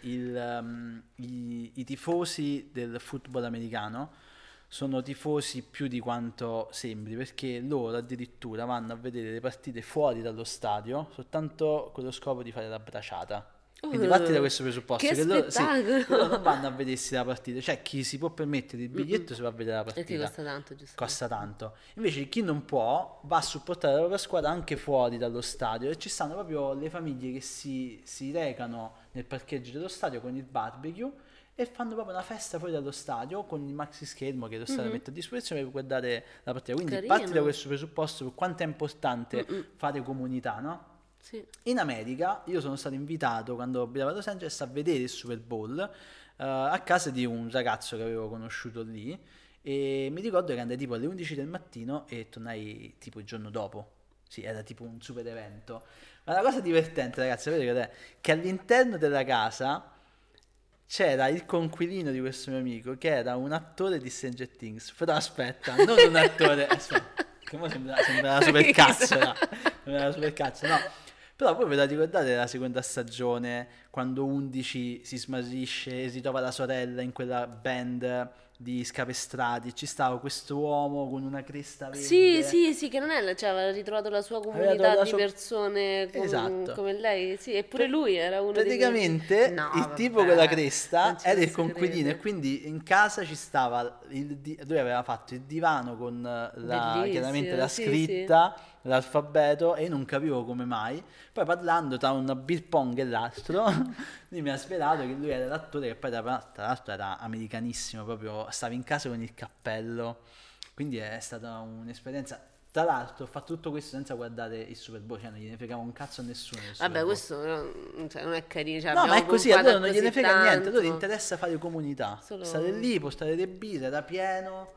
i tifosi del football americano sono tifosi più di quanto sembri, perché loro addirittura vanno a vedere le partite fuori dallo stadio soltanto con lo scopo di fare la braciata. Quindi parti da questo presupposto che loro, spettacolo! loro non vanno a vedersi la partita, cioè chi si può permettere il biglietto si va a vedere la partita. Perché costa tanto, giusto? Costa tanto. Invece chi non può va a supportare la propria squadra anche fuori dallo stadio, e ci stanno proprio le famiglie che si recano nel parcheggio dello stadio con il barbecue e fanno proprio una festa fuori dallo stadio con il maxi schermo che lo stadio mette a disposizione per guardare la partita. Quindi Carino. parti da questo presupposto per quanto è importante fare comunità, no? Sì. In America io sono stato invitato quando abitavo a Los Angeles a vedere il Super Bowl a casa di un ragazzo che avevo conosciuto lì, e mi ricordo che andai tipo alle 11 del mattino e tornai tipo il giorno dopo. Sì, era tipo un super evento. Ma la cosa divertente, ragazzi, sapete cos'è? Che all'interno della casa c'era il conquilino di questo mio amico, che era un attore di Stranger Things. Però aspetta, non un attore, aspetta, che mo sembra una supercazzola. Sembra una supercazzola, no. Però voi ve la ricordate la seconda stagione, quando 11 si smarrisce e si trova la sorella in quella band di scapestrati, ci stava questo uomo con una cresta verde. Sì, che non è, cioè aveva ritrovato la sua Aveva comunità trovato la di sua- persone Esatto. come lei, sì, eppure lui era uno Praticamente No, il tipo con la vabbè, cresta non ci era il posso conquilino, credere. e quindi in casa ci stava lui aveva fatto il divano con Bellissimo, chiaramente la sì, scritta, l'alfabeto, e io non capivo come mai. Poi parlando tra un beer pong e l'altro lui mi ha svelato che lui era l'attore, che poi tra l'altro era americanissimo, proprio stava in casa con il cappello, quindi è stata un'esperienza. Tra l'altro ho fatto tutto questo senza guardare il Super Bowl, cioè non gliene fregava un cazzo a nessuno del Super Vabbè, Bowl. questo cioè, non è carino, cioè, No, ma è abbiamo così, a pompato loro non gliene così frega niente, a loro tanto. interessa fare comunità. Solo- Stare lì, postare le birre, era pieno,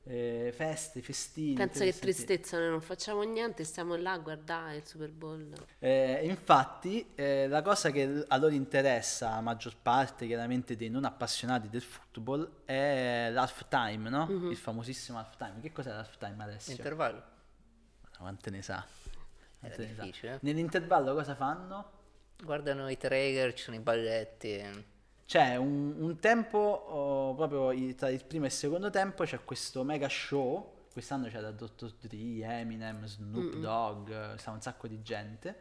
feste, festini. Pensa che interessanti. tristezza, noi non facciamo niente, stiamo là a guardare il Super Bowl. Infatti, la cosa che a loro interessa, a maggior parte chiaramente dei non appassionati del football, è l'halftime, no? Il famosissimo halftime. Che cos'è l'halftime adesso? Intervallo. Quante ne sa? Era Quante ne sa? difficile. Nell'intervallo cosa fanno? Guardano i trailer, ci sono i balletti. C'è un tempo, proprio tra il primo e il secondo tempo, c'è questo mega show. Quest'anno c'era Dr. Dre, Eminem, Snoop Dogg, stava un sacco di gente.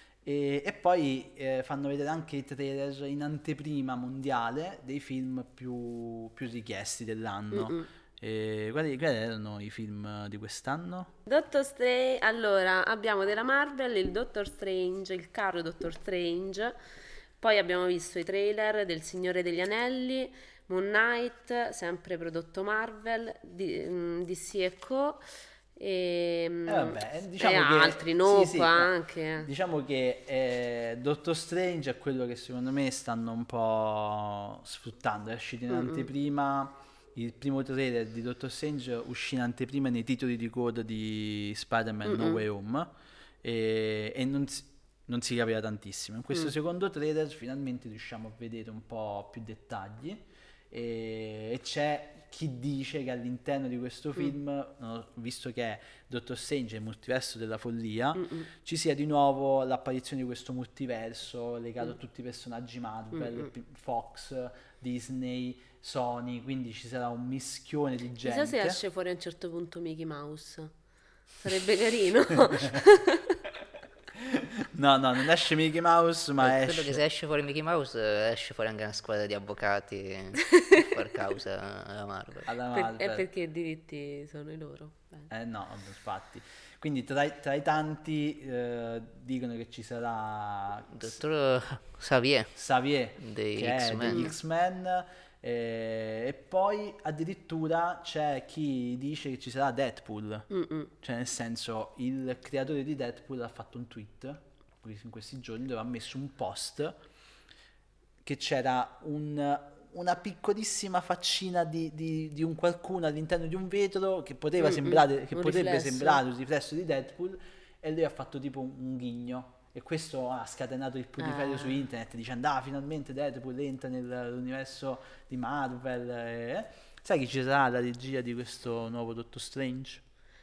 E poi fanno vedere anche i trailer in anteprima mondiale dei film più richiesti dell'anno. E quali erano i film di quest'anno? Doctor Strange, allora abbiamo della Marvel il Doctor Strange, il caro Doctor Strange, poi abbiamo visto i trailer del Signore degli Anelli, Moon Knight, sempre prodotto Marvel, DC e Co. Vabbè, E diciamo che, altri, Nova sì, no, anche. diciamo che Doctor Strange è quello che secondo me stanno un po' sfruttando. È uscito in anteprima. Il primo trailer di Doctor Strange uscì in anteprima nei titoli di coda di Spider-Man No Way Home, e non si capiva tantissimo. In questo secondo trailer finalmente riusciamo a vedere un po' più dettagli, e c'è chi dice che all'interno di questo film, visto che è Doctor Strange e il multiverso della follia, ci sia di nuovo l'apparizione di questo multiverso legato a tutti i personaggi Marvel, Fox, Disney, Sony, quindi ci sarà un mischione di gente. Chissà se esce fuori a un certo punto Mickey Mouse. Sarebbe carino. No, non esce Mickey Mouse, ma Credo esce... che se esce fuori Mickey Mouse, esce fuori anche una squadra di avvocati per causa alla Marvel. alla E Marvel. perché i diritti sono i loro. Bene. No, infatti. Quindi tra i tanti dicono che ci sarà Dottor Xavier Xavier, dei che è X-Men. degli X-Men, e poi addirittura c'è chi dice che ci sarà Deadpool. Cioè, nel senso, il creatore di Deadpool ha fatto un tweet in questi giorni dove ha messo un post che c'era una piccolissima faccina di un qualcuno all'interno di un vetro che poteva sembrare, che un potrebbe riflesso. sembrare un riflesso di Deadpool, e lui ha fatto tipo un ghigno, e questo ha scatenato il putiferio su internet dicendo finalmente Deadpool entra nell'universo di Marvel. Sai chi ci sarà alla regia di questo nuovo Doctor Strange?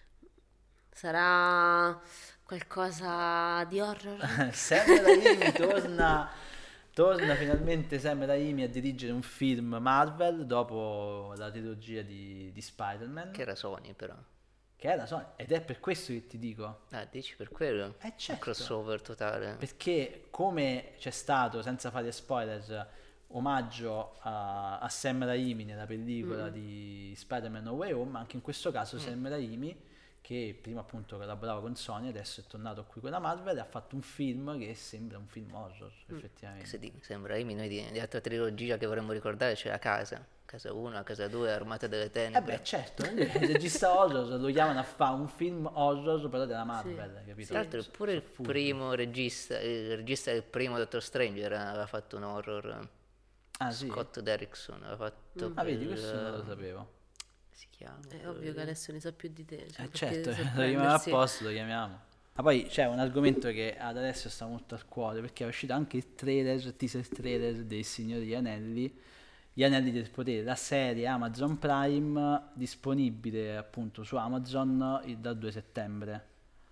Sarà qualcosa di horror? Sam Raimi torna finalmente Sam Raimi a dirigere un film Marvel dopo la trilogia di Spider-Man, Che era Sony però. che era Sony, ed è per questo che ti dico, Dici per quello? certo. Un crossover totale. perché come c'è stato, senza fare spoiler, omaggio a Sam Raimi nella pellicola di Spider-Man No Way Home, anche in questo caso Sam Raimi, che prima appunto collaborava con Sony, adesso è tornato qui con la Marvel e ha fatto un film che sembra un film horror, effettivamente. Se sembra noi di altra trilogia che vorremmo ricordare c'è Casa 1, Casa 2, Armata delle Tenebre. Beh, certo, il regista horror lo chiamano a fare un film horror però della Marvel, capito? Tra l'altro pure il primo regista, il regista del primo Doctor Strange aveva fatto un horror. Ah, sì? Scott Derrickson aveva fatto Ah, vedi, per, questo non lo sapevo. si chiama? È ovvio che Alessio ne sa più di te. Cioè, perché Certo, lo chiamiamo sorprendersi. apposta, lo chiamiamo. Ma poi c'è un argomento che ad adesso sta molto al cuore, perché è uscito anche il teaser trailer dei Signori degli Anelli, Gli Anelli del Potere, la serie Amazon Prime, disponibile appunto su Amazon dal 2 settembre.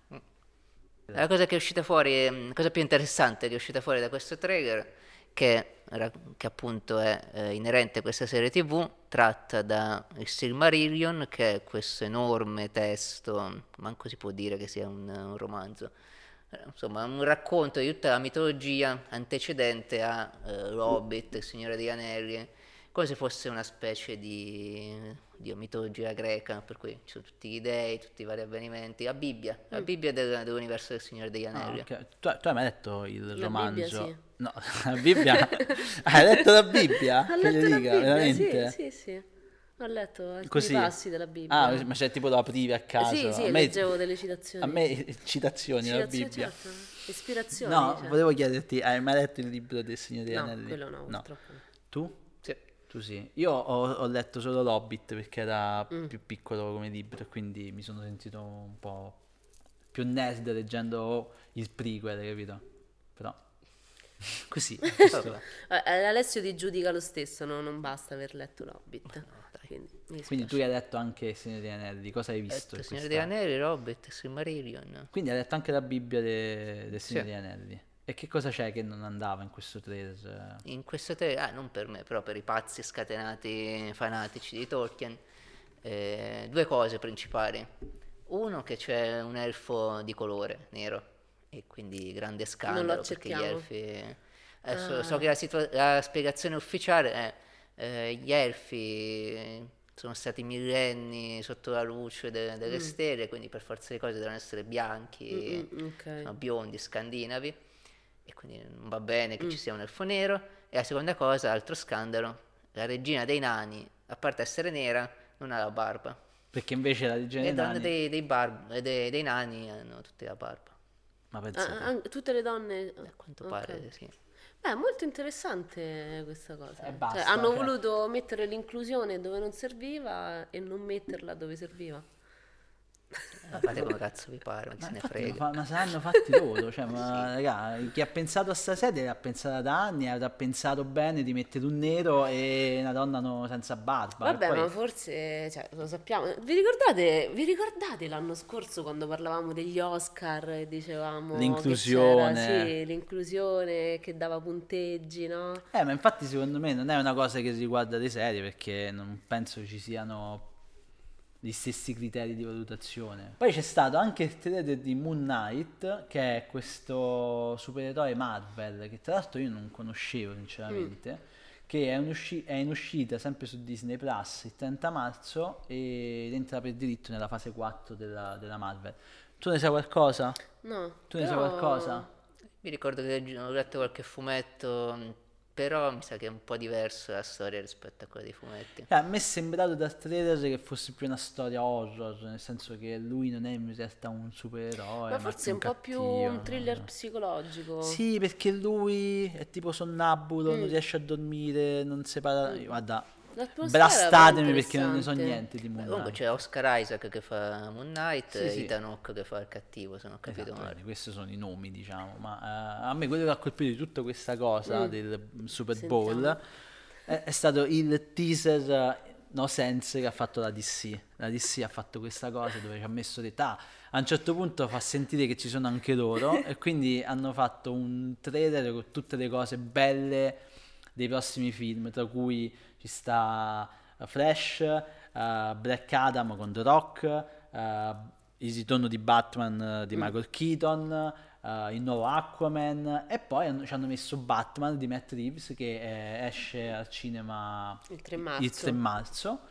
La cosa che è uscita fuori, la cosa più interessante che è uscita fuori da questo trailer, che appunto è inerente a questa serie TV, tratta da il Silmarillion, che è questo enorme testo, manco si può dire che sia un romanzo, insomma un racconto di tutta la mitologia antecedente a L'Hobbit, Il Signore degli Anelli, come se fosse una specie di mitologia greca, per cui ci sono tutti gli dei, tutti i vari avvenimenti, la Bibbia dell'universo del Signore degli Ah, Anelli. ok. Tu hai mai letto il La romanzo? Bibbia, sì. No, la Bibbia? Hai letto la Bibbia? Ha Che letto la dica, Bibbia, veramente? sì. Ho letto alcuni Così? passi della Bibbia. Ah, ma c'è tipo lo aprivi a caso? Sì, A me- leggevo delle citazioni. A me citazioni della Bibbia. Certo. Ispirazioni. No, cioè. volevo chiederti, hai mai letto il libro del Signore degli No, Anelli? quello no, purtroppo no. Tu? Sì. Tu sì. Io ho letto solo l'Hobbit perché era più piccolo come libro e quindi mi sono sentito un po' più nerd leggendo il prequel, capito? Però così. Vabbè. Alessio ti giudica lo stesso, no? Non basta aver letto l'Hobbit. Quindi, mi Quindi tu dispiace. hai letto anche il Signore degli Anelli, cosa hai visto? Il in Signore questa- degli Anelli, L'Hobbit, il Silmarillion. Quindi hai letto anche la Bibbia del Signore Sì. degli Anelli. E che cosa c'è che non andava in questo trailer? In questo non per me, però per i pazzi scatenati fanatici di Tolkien, due cose principali. Uno, che c'è un elfo di colore nero, e quindi grande scandalo perché gli accettiamo. elfi... Adesso so che la spiegazione ufficiale è gli elfi sono stati millenni sotto la luce delle stelle, quindi per forza di cose devono essere bianchi, ok. no, biondi, scandinavi, e quindi non va bene che ci sia un elfo nero. E la seconda cosa, altro scandalo, la regina dei nani, a parte essere nera, non ha la barba. Perché invece la Legione Le dei donne Nani... dei nani hanno tutte la barba, Ma pensate, Tutte le donne. a quanto Ok. pare sì. Beh, è molto interessante questa cosa. E basta, Cioè, hanno cioè- voluto mettere l'inclusione dove non serviva e non metterla dove serviva. Fate come cazzo vi pare, non se ne infatti, frega. ma saranno fatti loro, cioè, ma raga, chi ha pensato a sta serie l'ha pensata da anni, avrà pensato bene di mettere un nero e una donna senza barba. Vabbè, e poi... ma forse, cioè, lo sappiamo. Vi ricordate l'anno scorso quando parlavamo degli Oscar e dicevamo che L'inclusione. c'era, sì, l'inclusione che dava punteggi, no? Ma infatti secondo me non è una cosa che riguarda le serie perché non penso ci siano gli stessi criteri di valutazione. Poi c'è stato anche il trailer di Moon Knight, che è questo supereroe Marvel, che tra l'altro io non conoscevo sinceramente, che è in uscita sempre su Disney Plus il 30 marzo ed entra per diritto nella fase 4 della Marvel. Tu ne sai qualcosa? No. Tu ne sai però- qualcosa? Mi ricordo che ho letto qualche fumetto, però mi sa che è un po' diverso la storia rispetto a quella dei fumetti. A me è sembrato dal trailer che fosse più una storia horror, nel senso che lui non è in realtà un supereroe, Ma forse è un po' più un thriller psicologico. Sì, perché lui è tipo sonnambulo, non riesce a dormire, non separa... Guarda, L'atmosfera brastatemi è perché non ne so interessante. niente di Moon Comunque Knight. c'è Oscar Isaac che fa Moon Knight Sì, e sì. Ethan Hawke che fa il cattivo, se non ho capito Esatto, male. quindi questi sono i nomi, diciamo, ma a me quello che ha colpito di tutta questa cosa del Super Bowl Sentiamo. è stato il teaser no sense che ha fatto la DC. La DC ha fatto questa cosa dove ci ha messo l'età, a un certo punto fa sentire che ci sono anche loro e quindi hanno fatto un trailer con tutte le cose belle dei prossimi film, tra cui ci sta Flash, Black Adam con The Rock, il ritorno di Batman di Michael Keaton, il nuovo Aquaman e poi ci hanno messo Batman di Matt Reeves che esce al cinema Il 3 marzo. il 3 marzo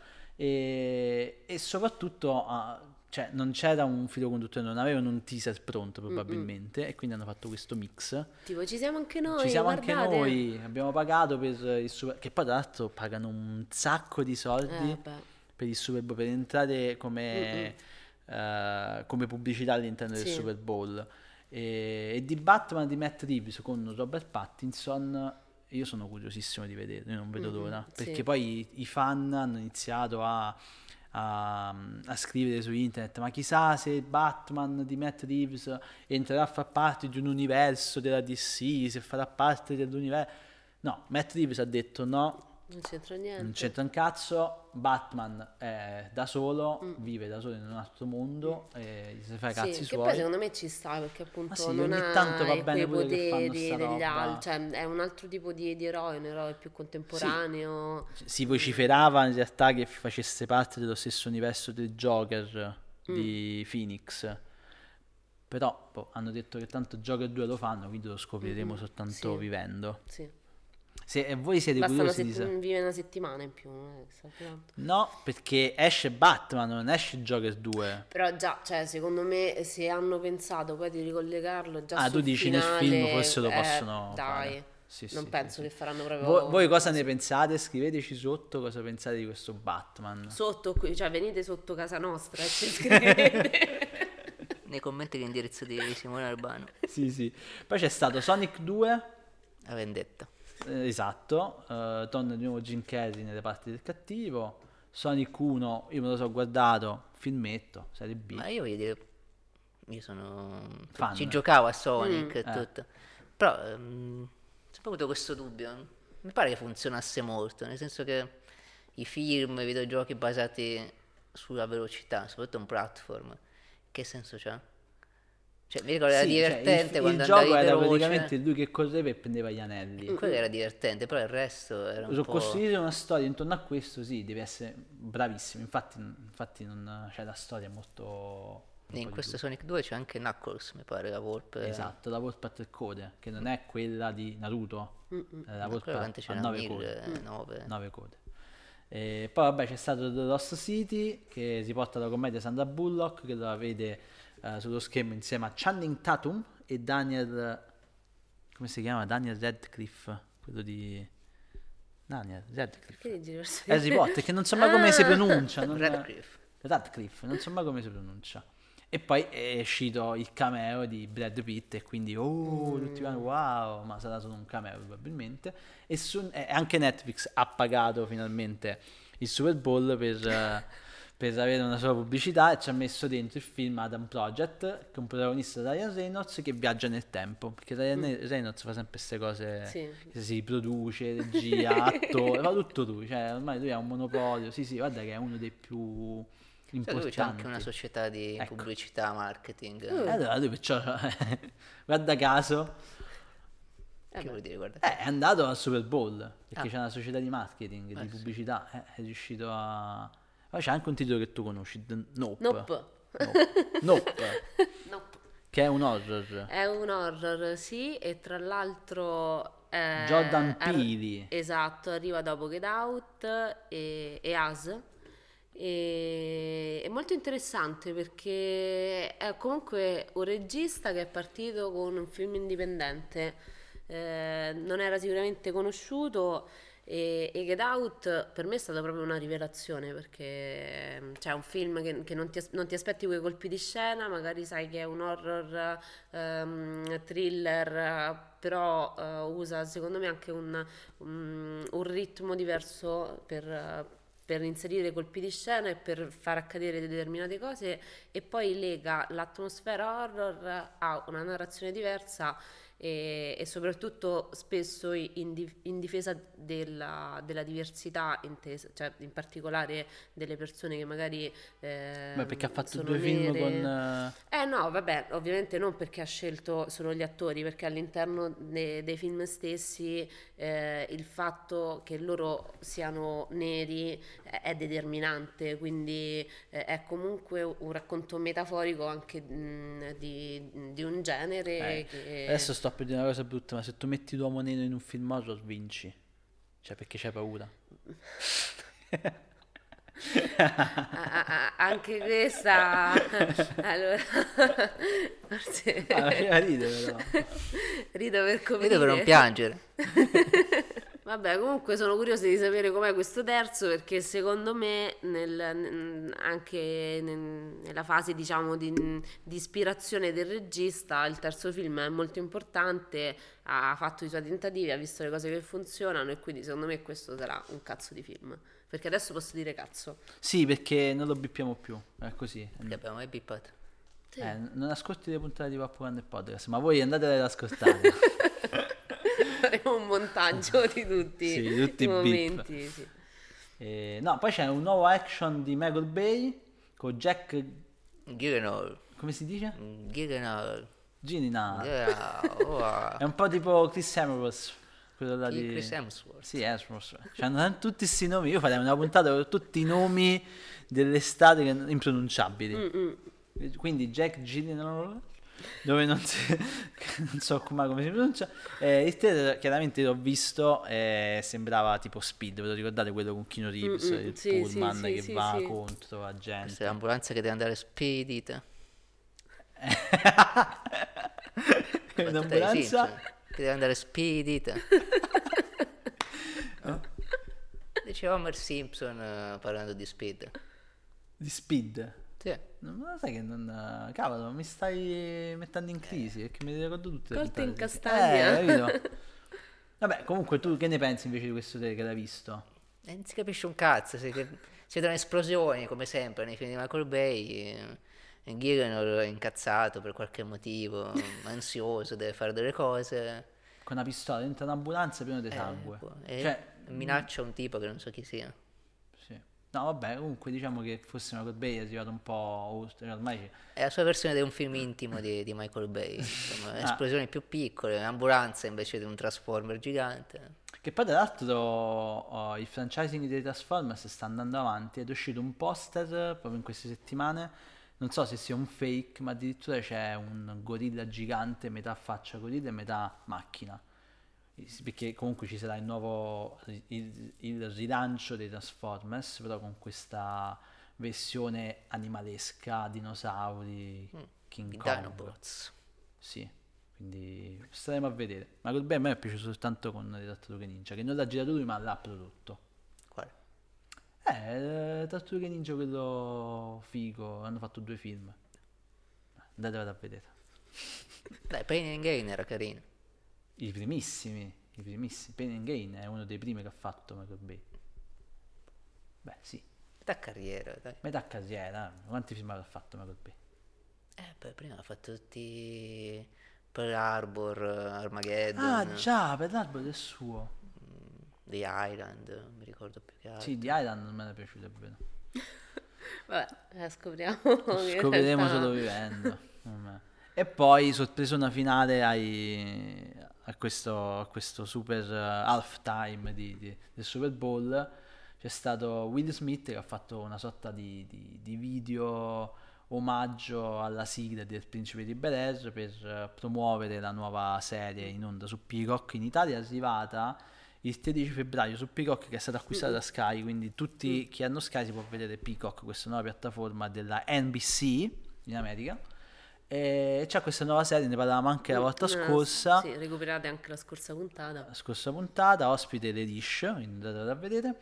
e soprattutto cioè, non c'era un filo conduttore, non avevano un teaser pronto probabilmente e quindi hanno fatto questo mix. Tipo, ci siamo anche noi, Ci siamo guardate. anche noi, abbiamo pagato per il Super... che poi tra l'altro pagano un sacco di soldi Beh. per il Super Bowl, per entrare come pubblicità all'interno del Sì. Super Bowl. E di Batman di Matt Reeves con Robert Pattinson io sono curiosissimo di vederlo, io non vedo l'ora, sì. perché poi i fan hanno iniziato a scrivere su internet, ma chissà se Batman di Matt Reeves entrerà a far parte di un universo della DC, se farà parte dell'universo. No, Matt Reeves ha detto no, Non c'entra niente. non c'entra un cazzo, Batman è da solo, vive da solo in un altro mondo e si fa i cazzi Sì, che suoi. poi secondo me ci sta, perché appunto Ma sì, non ogni ha tanto va quei bene pure che fanno poteri sta degli roba. altri, cioè è un altro tipo di eroe, un eroe più contemporaneo. Si vociferava in realtà che facesse parte dello stesso universo del Joker di Phoenix, però hanno detto che tanto Joker 2 lo fanno, quindi lo scopriremo soltanto Sì. vivendo. Sì. Se voi siete Basta curiosi di vive una settimana in più, non è che sta tanto. No, perché esce Batman, non esce Joker 2. Però già, cioè, secondo me se hanno pensato poi di ricollegarlo già Ah, sul tu dici nel finale, film forse lo possono dai, fare. Sì, non sì, penso sì, che sì. faranno proprio Voi cosa ne pensate? Scriveteci sotto cosa pensate di questo Batman. sotto qui, cioè venite sotto casa nostra e ci scrivete. Nei commenti l'indirizzo di Simone Albano. Sì, sì. Poi c'è stato Sonic 2, La vendetta. esatto, torna di nuovo Jim Carrey nelle parti del cattivo. Sonic 1, io me lo so guardato, filmetto, serie B. Ma io voglio dire, io sono... Fan. Ci giocavo a Sonic e Eh. tutto. Però ho sempre avuto questo dubbio. Mi pare che funzionasse molto, nel senso che i film, i videogiochi basati sulla velocità, soprattutto un platform, che senso c'ha? Cioè, mi ricordo era Sì, cioè, divertente quando il gioco andavi era veloce. praticamente lui che correva e prendeva gli anelli. Quello era divertente, però il resto era un So po'... costruire una storia intorno a questo, sì, devi essere bravissimo. Infatti non, cioè, la storia è molto... un In po' di questo tutto. Sonic 2 c'è anche Knuckles, mi pare, la volpe. Esatto, la volpe a 3 code, che non è quella di Naruto, è la No, volpe quello a anche c'era 9 code. 9. 9 code. E poi vabbè c'è stato The Lost City, che si porta la commedia Sandra Bullock, che la vede sullo schermo insieme a Channing Tatum e Daniel... come si chiama? Daniel Radcliffe, quello di... Daniel Radcliffe. Che dici verso Harry Potter, che non so mai come si pronuncia. Radcliffe. Non so mai come si pronuncia. E poi è uscito il cameo di Brad Pitt e quindi tutti vanno wow, ma sarà solo un cameo probabilmente. E anche Netflix ha pagato finalmente il Super Bowl per avere una sua pubblicità e ci ha messo dentro il film Adam Project, con protagonista Ryan Reynolds che viaggia nel tempo, perché Ryan Reynolds fa sempre queste cose, Sì. che si produce, regia, attore, fa tutto lui, cioè ormai lui ha un monopolio, sì guarda che è uno dei più Cioè, lui c'è importanti. anche una società di Ecco. pubblicità, marketing. Allora lui perciò, guarda caso, Che vuol dire, guarda. è andato al Super Bowl, perché Ah. c'è una società di marketing, di sì. pubblicità, è riuscito a... Poi c'è anche un titolo che tu conosci, Nope. Nope. Nope, Nope. che è un horror. È un horror, sì, e tra l'altro Jordan Peele. esatto, arriva dopo Get Out e Us. È molto interessante perché è comunque un regista che è partito con un film indipendente, non era sicuramente conosciuto e Get Out per me è stata proprio una rivelazione perché c'è un film che non ti aspetti quei colpi di scena, magari sai che è un horror thriller, però usa secondo me anche un ritmo diverso per inserire colpi di scena e per far accadere determinate cose e poi lega l'atmosfera horror a una narrazione diversa e soprattutto spesso in difesa della diversità intesa, cioè in particolare delle persone che magari Beh, perché ha fatto sono 2 film nere. con... No, vabbè, ovviamente non perché ha scelto solo gli attori, perché all'interno dei film stessi il fatto che loro siano neri è determinante, quindi è comunque un racconto metaforico anche di un genere che... Adesso sto per dire una cosa brutta, ma se tu metti l'uomo nero in un film horror vinci. Cioè perché c'hai paura. Anche questa allora forse Ridere però. rido per Vedo per non piangere. Vabbè, comunque sono curiosa di sapere com'è questo terzo perché secondo me nella fase diciamo di ispirazione del regista il terzo film è molto importante, ha fatto i suoi tentativi, ha visto le cose che funzionano e quindi secondo me questo sarà un cazzo di film. Perché adesso posso dire cazzo. Sì, perché non lo bippiamo più, è così. Che abbiamo mai bippato. Sì. Non ascolti le puntate di Popcorn e Podcast, ma voi andate ad ascoltare. Faremo un montaggio di tutti, Sì, tutti i i momenti. Sì. No, poi c'è un nuovo action di Michael Bay con Jack... Gyllenhaal. come si dice? Gyllenhaal. Gyllenhaal. Yeah, È un po' tipo Chris Hemsworth, quello là di... Chris Hemsworth. Sì, Hemsworth. C'hanno tutti questi nomi. Io farei una puntata con tutti i nomi dell'estate impronunciabili. Quindi Jack Gyllenhaal, dove non so come si pronuncia. Il trailer chiaramente l'ho visto, sembrava tipo Speed, ve lo ricordate quello con Keanu Reeves, il sì, pullman sì, che sì, va sì. contro la gente. Questa è l'ambulanza che deve andare spedita. È un'ambulanza Che deve andare spedita. No? Diceva Homer Simpson parlando di Speed. di Speed. Sì. Non lo sai che non... Cavolo, mi stai mettendo in crisi, perché mi ricordo tutte le Colto in puntate. castagna. Capito? Vabbè, comunque tu che ne pensi invece di questo trailer che l'hai visto? Non si capisce un cazzo, si vedono esplosioni come sempre nei film di Michael Bay. Gyllenhaal è incazzato per qualche motivo, ansioso, deve fare delle cose. Con una pistola dentro un'ambulanza piena di sangue. E Cioè, minaccia un tipo che non so chi sia. sì. No, vabbè, comunque diciamo che forse Michael Bay è arrivato un po' oltre, ormai... È la sua versione di un film intimo di Michael Bay. Insomma, esplosioni più piccole, ambulanza invece di un Transformer gigante. Che poi tra l'altro il franchising dei Transformers sta andando avanti, è uscito un poster proprio in queste settimane, non so se sia un fake, ma addirittura c'è un gorilla gigante, metà faccia gorilla e metà macchina. Perché comunque ci sarà il rilancio dei Transformers, però con questa versione animalesca, dinosauri, King I Kong. Dinobots. Sì, quindi staremo a vedere. Michael Bay a me è piaciuto soltanto con le Tartarughe Ninja, che non l'ha girato lui ma l'ha prodotto. Quale? Tartarughe Ninja quello figo, hanno fatto 2 film. Andatevelo a vedere. Dai, Pain and Gain era carino. I primissimi. Pain and Gain è uno dei primi che ha fatto Michael Bay. Beh, sì, Metà carriera, dai. metà carriera. Quanti film ha fatto Michael Bay? Poi prima ha fatto tutti Pearl Harbor, Armageddon, Ah, già, per l'albero è suo. The Island, mi ricordo più che altro. Sì, di Island non me è piaciuto, è vero. Vabbè, scopriamo. in Scopriremo realtà- solo vivendo. Vabbè. E poi sorpresona finale a questo super halftime del Super Bowl. C'è stato Will Smith che ha fatto una sorta di video omaggio alla sigla del Principe di Bel-Air per promuovere la nuova serie in onda su Peacock. In Italia è arrivata il 13 febbraio su Peacock, che è stata acquistata da Sky, quindi tutti chi hanno Sky si può vedere Peacock, questa nuova piattaforma della NBC in America. E c'è questa nuova serie, ne parlavamo anche la volta scorsa, Sì, recuperate anche la scorsa puntata. la scorsa puntata, ospite le Dish, quindi andate a vedere.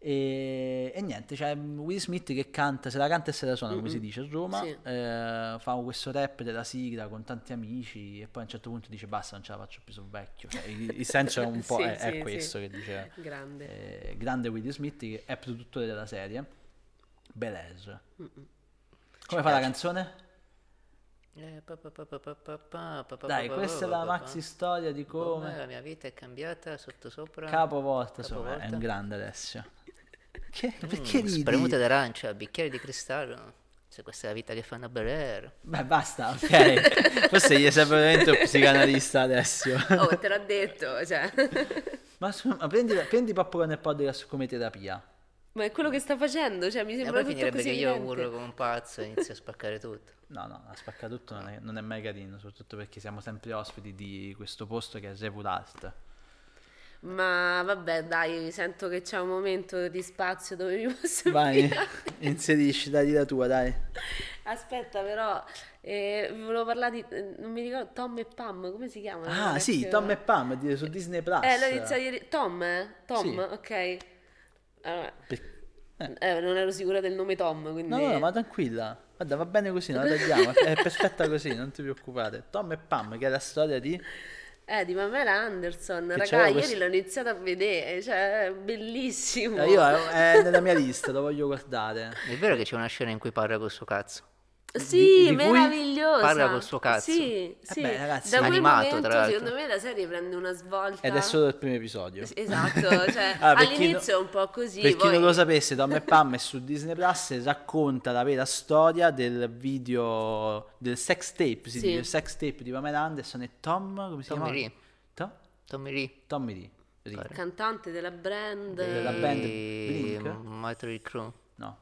E niente, c'è Will Smith che canta, se la canta e se la suona, come si dice a Roma. Sì. Fa questo rap della sigla con tanti amici e poi a un certo punto dice basta, non ce la faccio più, sono vecchio. Cioè, il senso è un po' Sì, è sì, questo sì. che dice Grande. grande Will Smith, che è produttore della serie Bel-Air. Come fa la canzone? Dai, questa è la maxi storia di come la mia vita è cambiata sotto sopra. capovolta sopra. È Capovolta. un grande Alessio. Perché ridi? Spremute d'arancia, bicchiere di cristallo. Se questa è la vita che fanno a Bel-Air. Beh, basta, ok. Forse gli serve veramente un psicanalista Alessio. Oh, te l'ho detto, cioè. Ma prendi Popcorn e Podcast come terapia. Ma è quello che sta facendo, cioè mi E sembra poi tutto finirebbe così che io evidente. urlo come un pazzo e inizio a spaccare tutto. No, la spacca tutto non è mai carino, soprattutto perché siamo sempre ospiti di questo posto che è Revul Art. Ma vabbè, dai, sento che c'è un momento di spazio dove mi posso Vai, infilare. inserisci, dai la tua, dai. Aspetta, però, volevo parlare di, non mi ricordo, Tom e Pam, come si chiamano? Ah sì, Tom e Pam su Disney Plus. L'ho iniziato ieri. Tom, Tom, Sì. ok. Allora, Per- non ero sicura del nome Tom, quindi... No, ma tranquilla. Guarda, va bene così, non la tagliamo. È perfetta così, non ti preoccupare. Tom e Pam, che è la storia di... Di Pamela Anderson, Che raga, c'aveva ieri questo- l'ho iniziato a vedere, cioè, è bellissimo. Io è nella mia lista, lo voglio guardare. È vero che c'è una scena in cui parla col suo cazzo. Sì, di cui meravigliosa. parla col suo cazzo. Sì, sì. beh, ragazzi, Da quel animato, momento, tra l'altro. secondo me, la serie prende una svolta. Ed è solo il primo episodio. Esatto, cioè, Ah, per chi all'inizio no- è un po' così, Per chi poi... non lo sapesse, Tom e Pam è su Disney Plus e racconta la vera storia del video, del sex tape, si Sì. dice, il sex tape di Pamela Anderson e Tom, come si Tommy chiama? Lee. Tommy Lee. Tommy Lee. Lee. Cantante della brand. Della band E Blink? Motley Crue. No.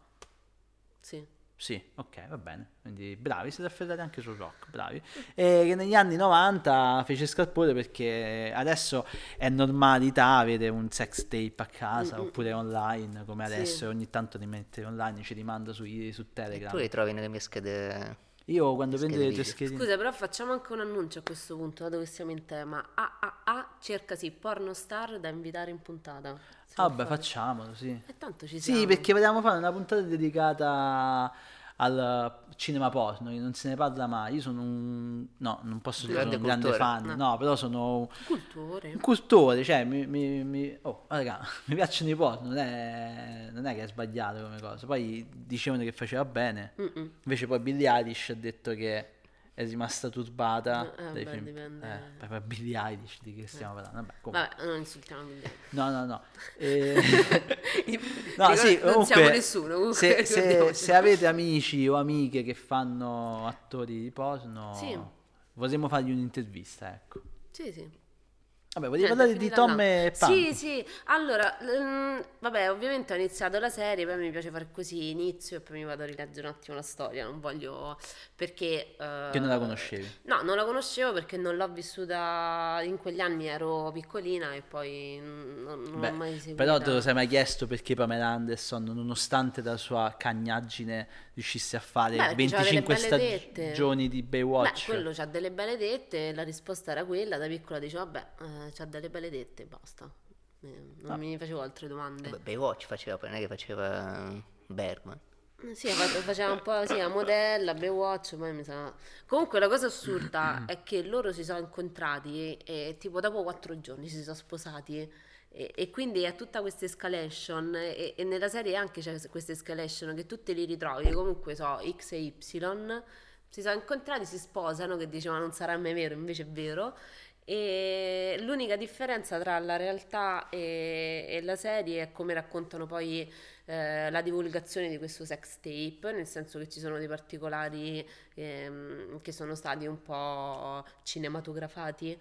Sì. Sì, ok, va bene. Quindi bravi, siete afferrati anche sul rock, bravi. E che negli anni 90 fece scalpore perché adesso è normalità avere un sex tape a casa oppure online come Sì. adesso, e ogni tanto li mette online, ci rimanda su Telegram. Tu li trovi nelle mie schede. Io quando prendo le tue video. schedine... Scusa, però facciamo anche un annuncio a questo punto, dato che siamo in tema. Cercasi pornostar da invitare in puntata. Se Ah, vuoi beh, fare. facciamolo, sì. E tanto ci Sì, siamo. perché vogliamo fare una puntata dedicata al cinema porno, che non se ne parla mai. Io sono un... no, non posso dire Grande sono un grande cultore. fan, no, però sono Cultore. un cultore, cioè oh, raga, mi piacciono i porno, non è che è sbagliato come cosa. Poi dicevano che faceva bene, invece poi Billie Eilish ha detto che è rimasta turbata dai beh, film. dipende. Proprio Billie Eilish di che stiamo parlando? Vabbè, comunque. Vabbè, non insultiamo Billie. No. Dico, Sì, non siamo comunque, nessuno. Comunque, se avete amici o amiche che fanno attori di porno, Sì. vorremmo fargli un'intervista, ecco. Sì. Vabbè, volevi Niente, parlare di finita Tom là. e Pam? Sì. Allora, vabbè, ovviamente ho iniziato la serie, poi mi piace fare così, inizio e poi mi vado a rileggere un attimo la storia, non voglio... perché... Che non la conoscevi. No, non la conoscevo perché non l'ho vissuta in quegli anni, ero piccolina e poi non Beh, l'ho mai seguita. però te lo sei mai chiesto perché Pamela Anderson, nonostante la sua cagnaggine, riuscisse a fare Beh, perché c'aveva delle 25 belle dette. stagioni di Baywatch? Beh, quello c'ha delle belle dette, la risposta era quella, da piccola dicevo, vabbè, c'ha delle belle dette, basta. Non mi facevo altre domande. Vabbè, Baywatch faceva, poi non è che faceva Bergman. Sì, faceva un po' sì, la modella, Baywatch, poi mi sa... Comunque la cosa assurda è che loro si sono incontrati e tipo dopo 4 giorni si sono sposati e quindi è tutta questa escalation e nella serie anche c'è questa escalation che tu te li ritrovi, comunque so, X e Y, si sono incontrati, si sposano, che dicevano non sarà mai vero, invece è vero. E l'unica differenza tra la realtà e la serie è come raccontano poi la divulgazione di questo sex tape, nel senso che ci sono dei particolari che sono stati un po' cinematografati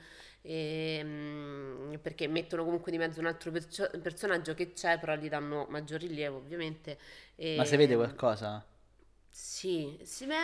perché mettono comunque di mezzo un altro personaggio che c'è, però gli danno maggior rilievo ovviamente. Ma si vede qualcosa? Sì,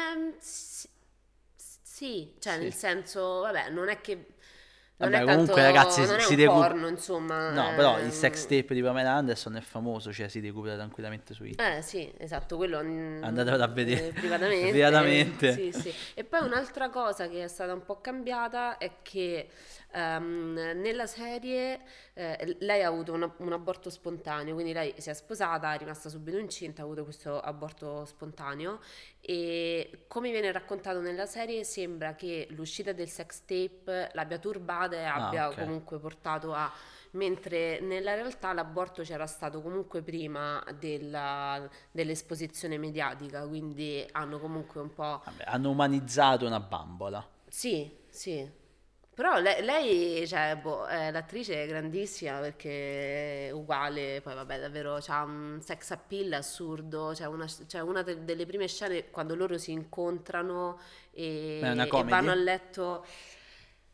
cioè Sì. nel senso, vabbè, non è che... Vabbè, non è comunque, tanto, ragazzi, non è si un recu- porno, insomma. No, però il sex tape di Pamela Anderson è famoso, cioè si recupera tranquillamente su internet. Sì, esatto, quello Andatevelo a vedere privatamente. privatamente. Sì. E poi un'altra cosa che è stata un po' cambiata è che nella serie lei ha avuto un aborto spontaneo, quindi lei si è sposata, è rimasta subito incinta, ha avuto questo aborto spontaneo e come viene raccontato nella serie sembra che l'uscita del sex tape l'abbia turbata e abbia ok. comunque portato a... mentre nella realtà l'aborto c'era stato comunque prima dell'esposizione mediatica, quindi hanno comunque un po'... Vabbè, hanno umanizzato una bambola. Sì. Però lei cioè, l'attrice è grandissima perché è uguale, poi vabbè davvero c'ha un sex appeal assurdo, c'è una delle prime scene quando loro si incontrano È una e comedy? vanno a letto...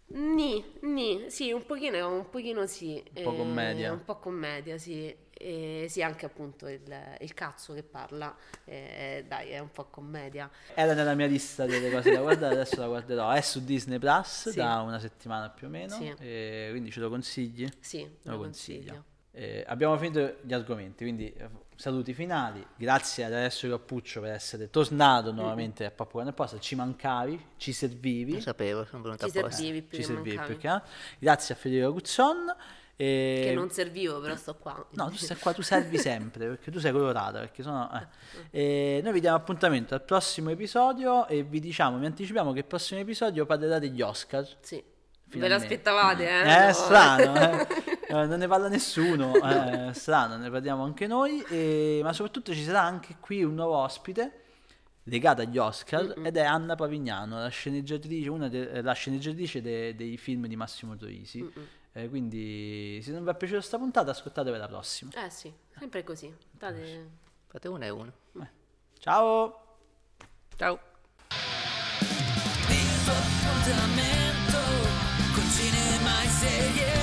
Sì, un pochino sì. Un po' commedia. Un po' commedia, sì. E sì, anche appunto il cazzo che parla, dai, è un po' commedia. Era nella mia lista delle cose da guardare, adesso la guarderò. È su Disney Plus Sì. da una settimana più o meno, Sì. e quindi ce lo consigli? Sì, lo consiglio. Abbiamo finito gli argomenti, quindi saluti finali. Grazie ad Alessio Cappuccio per essere tornato nuovamente a Popcorn e Posta. Ci mancavi, ci servivi. Lo sapevo, sono venuto Ci apposta. servivi più Ci che servivi mancavi. perché grazie a Federico Guzzon. Che non servivo, però sto qua. No, tu stai qua, tu servi sempre perché tu sei colorata. Perché sono, noi vi diamo appuntamento al prossimo episodio e vi anticipiamo che il prossimo episodio parlerà degli Oscar. Sì. Ve Finalmente. l'aspettavate, È No. strano, non ne parla nessuno, è strano, ne parliamo anche noi, ma soprattutto ci sarà anche qui un nuovo ospite legato agli Oscar ed è Anna Pavignano, la sceneggiatrice, la sceneggiatrice dei film di Massimo Troisi. Quindi se non vi è piaciuta questa puntata, ascoltatevi la prossima. Sì, sempre così. Fate uno e uno. Ciao! Ciao. Il tuo appuntamento con cinema e serie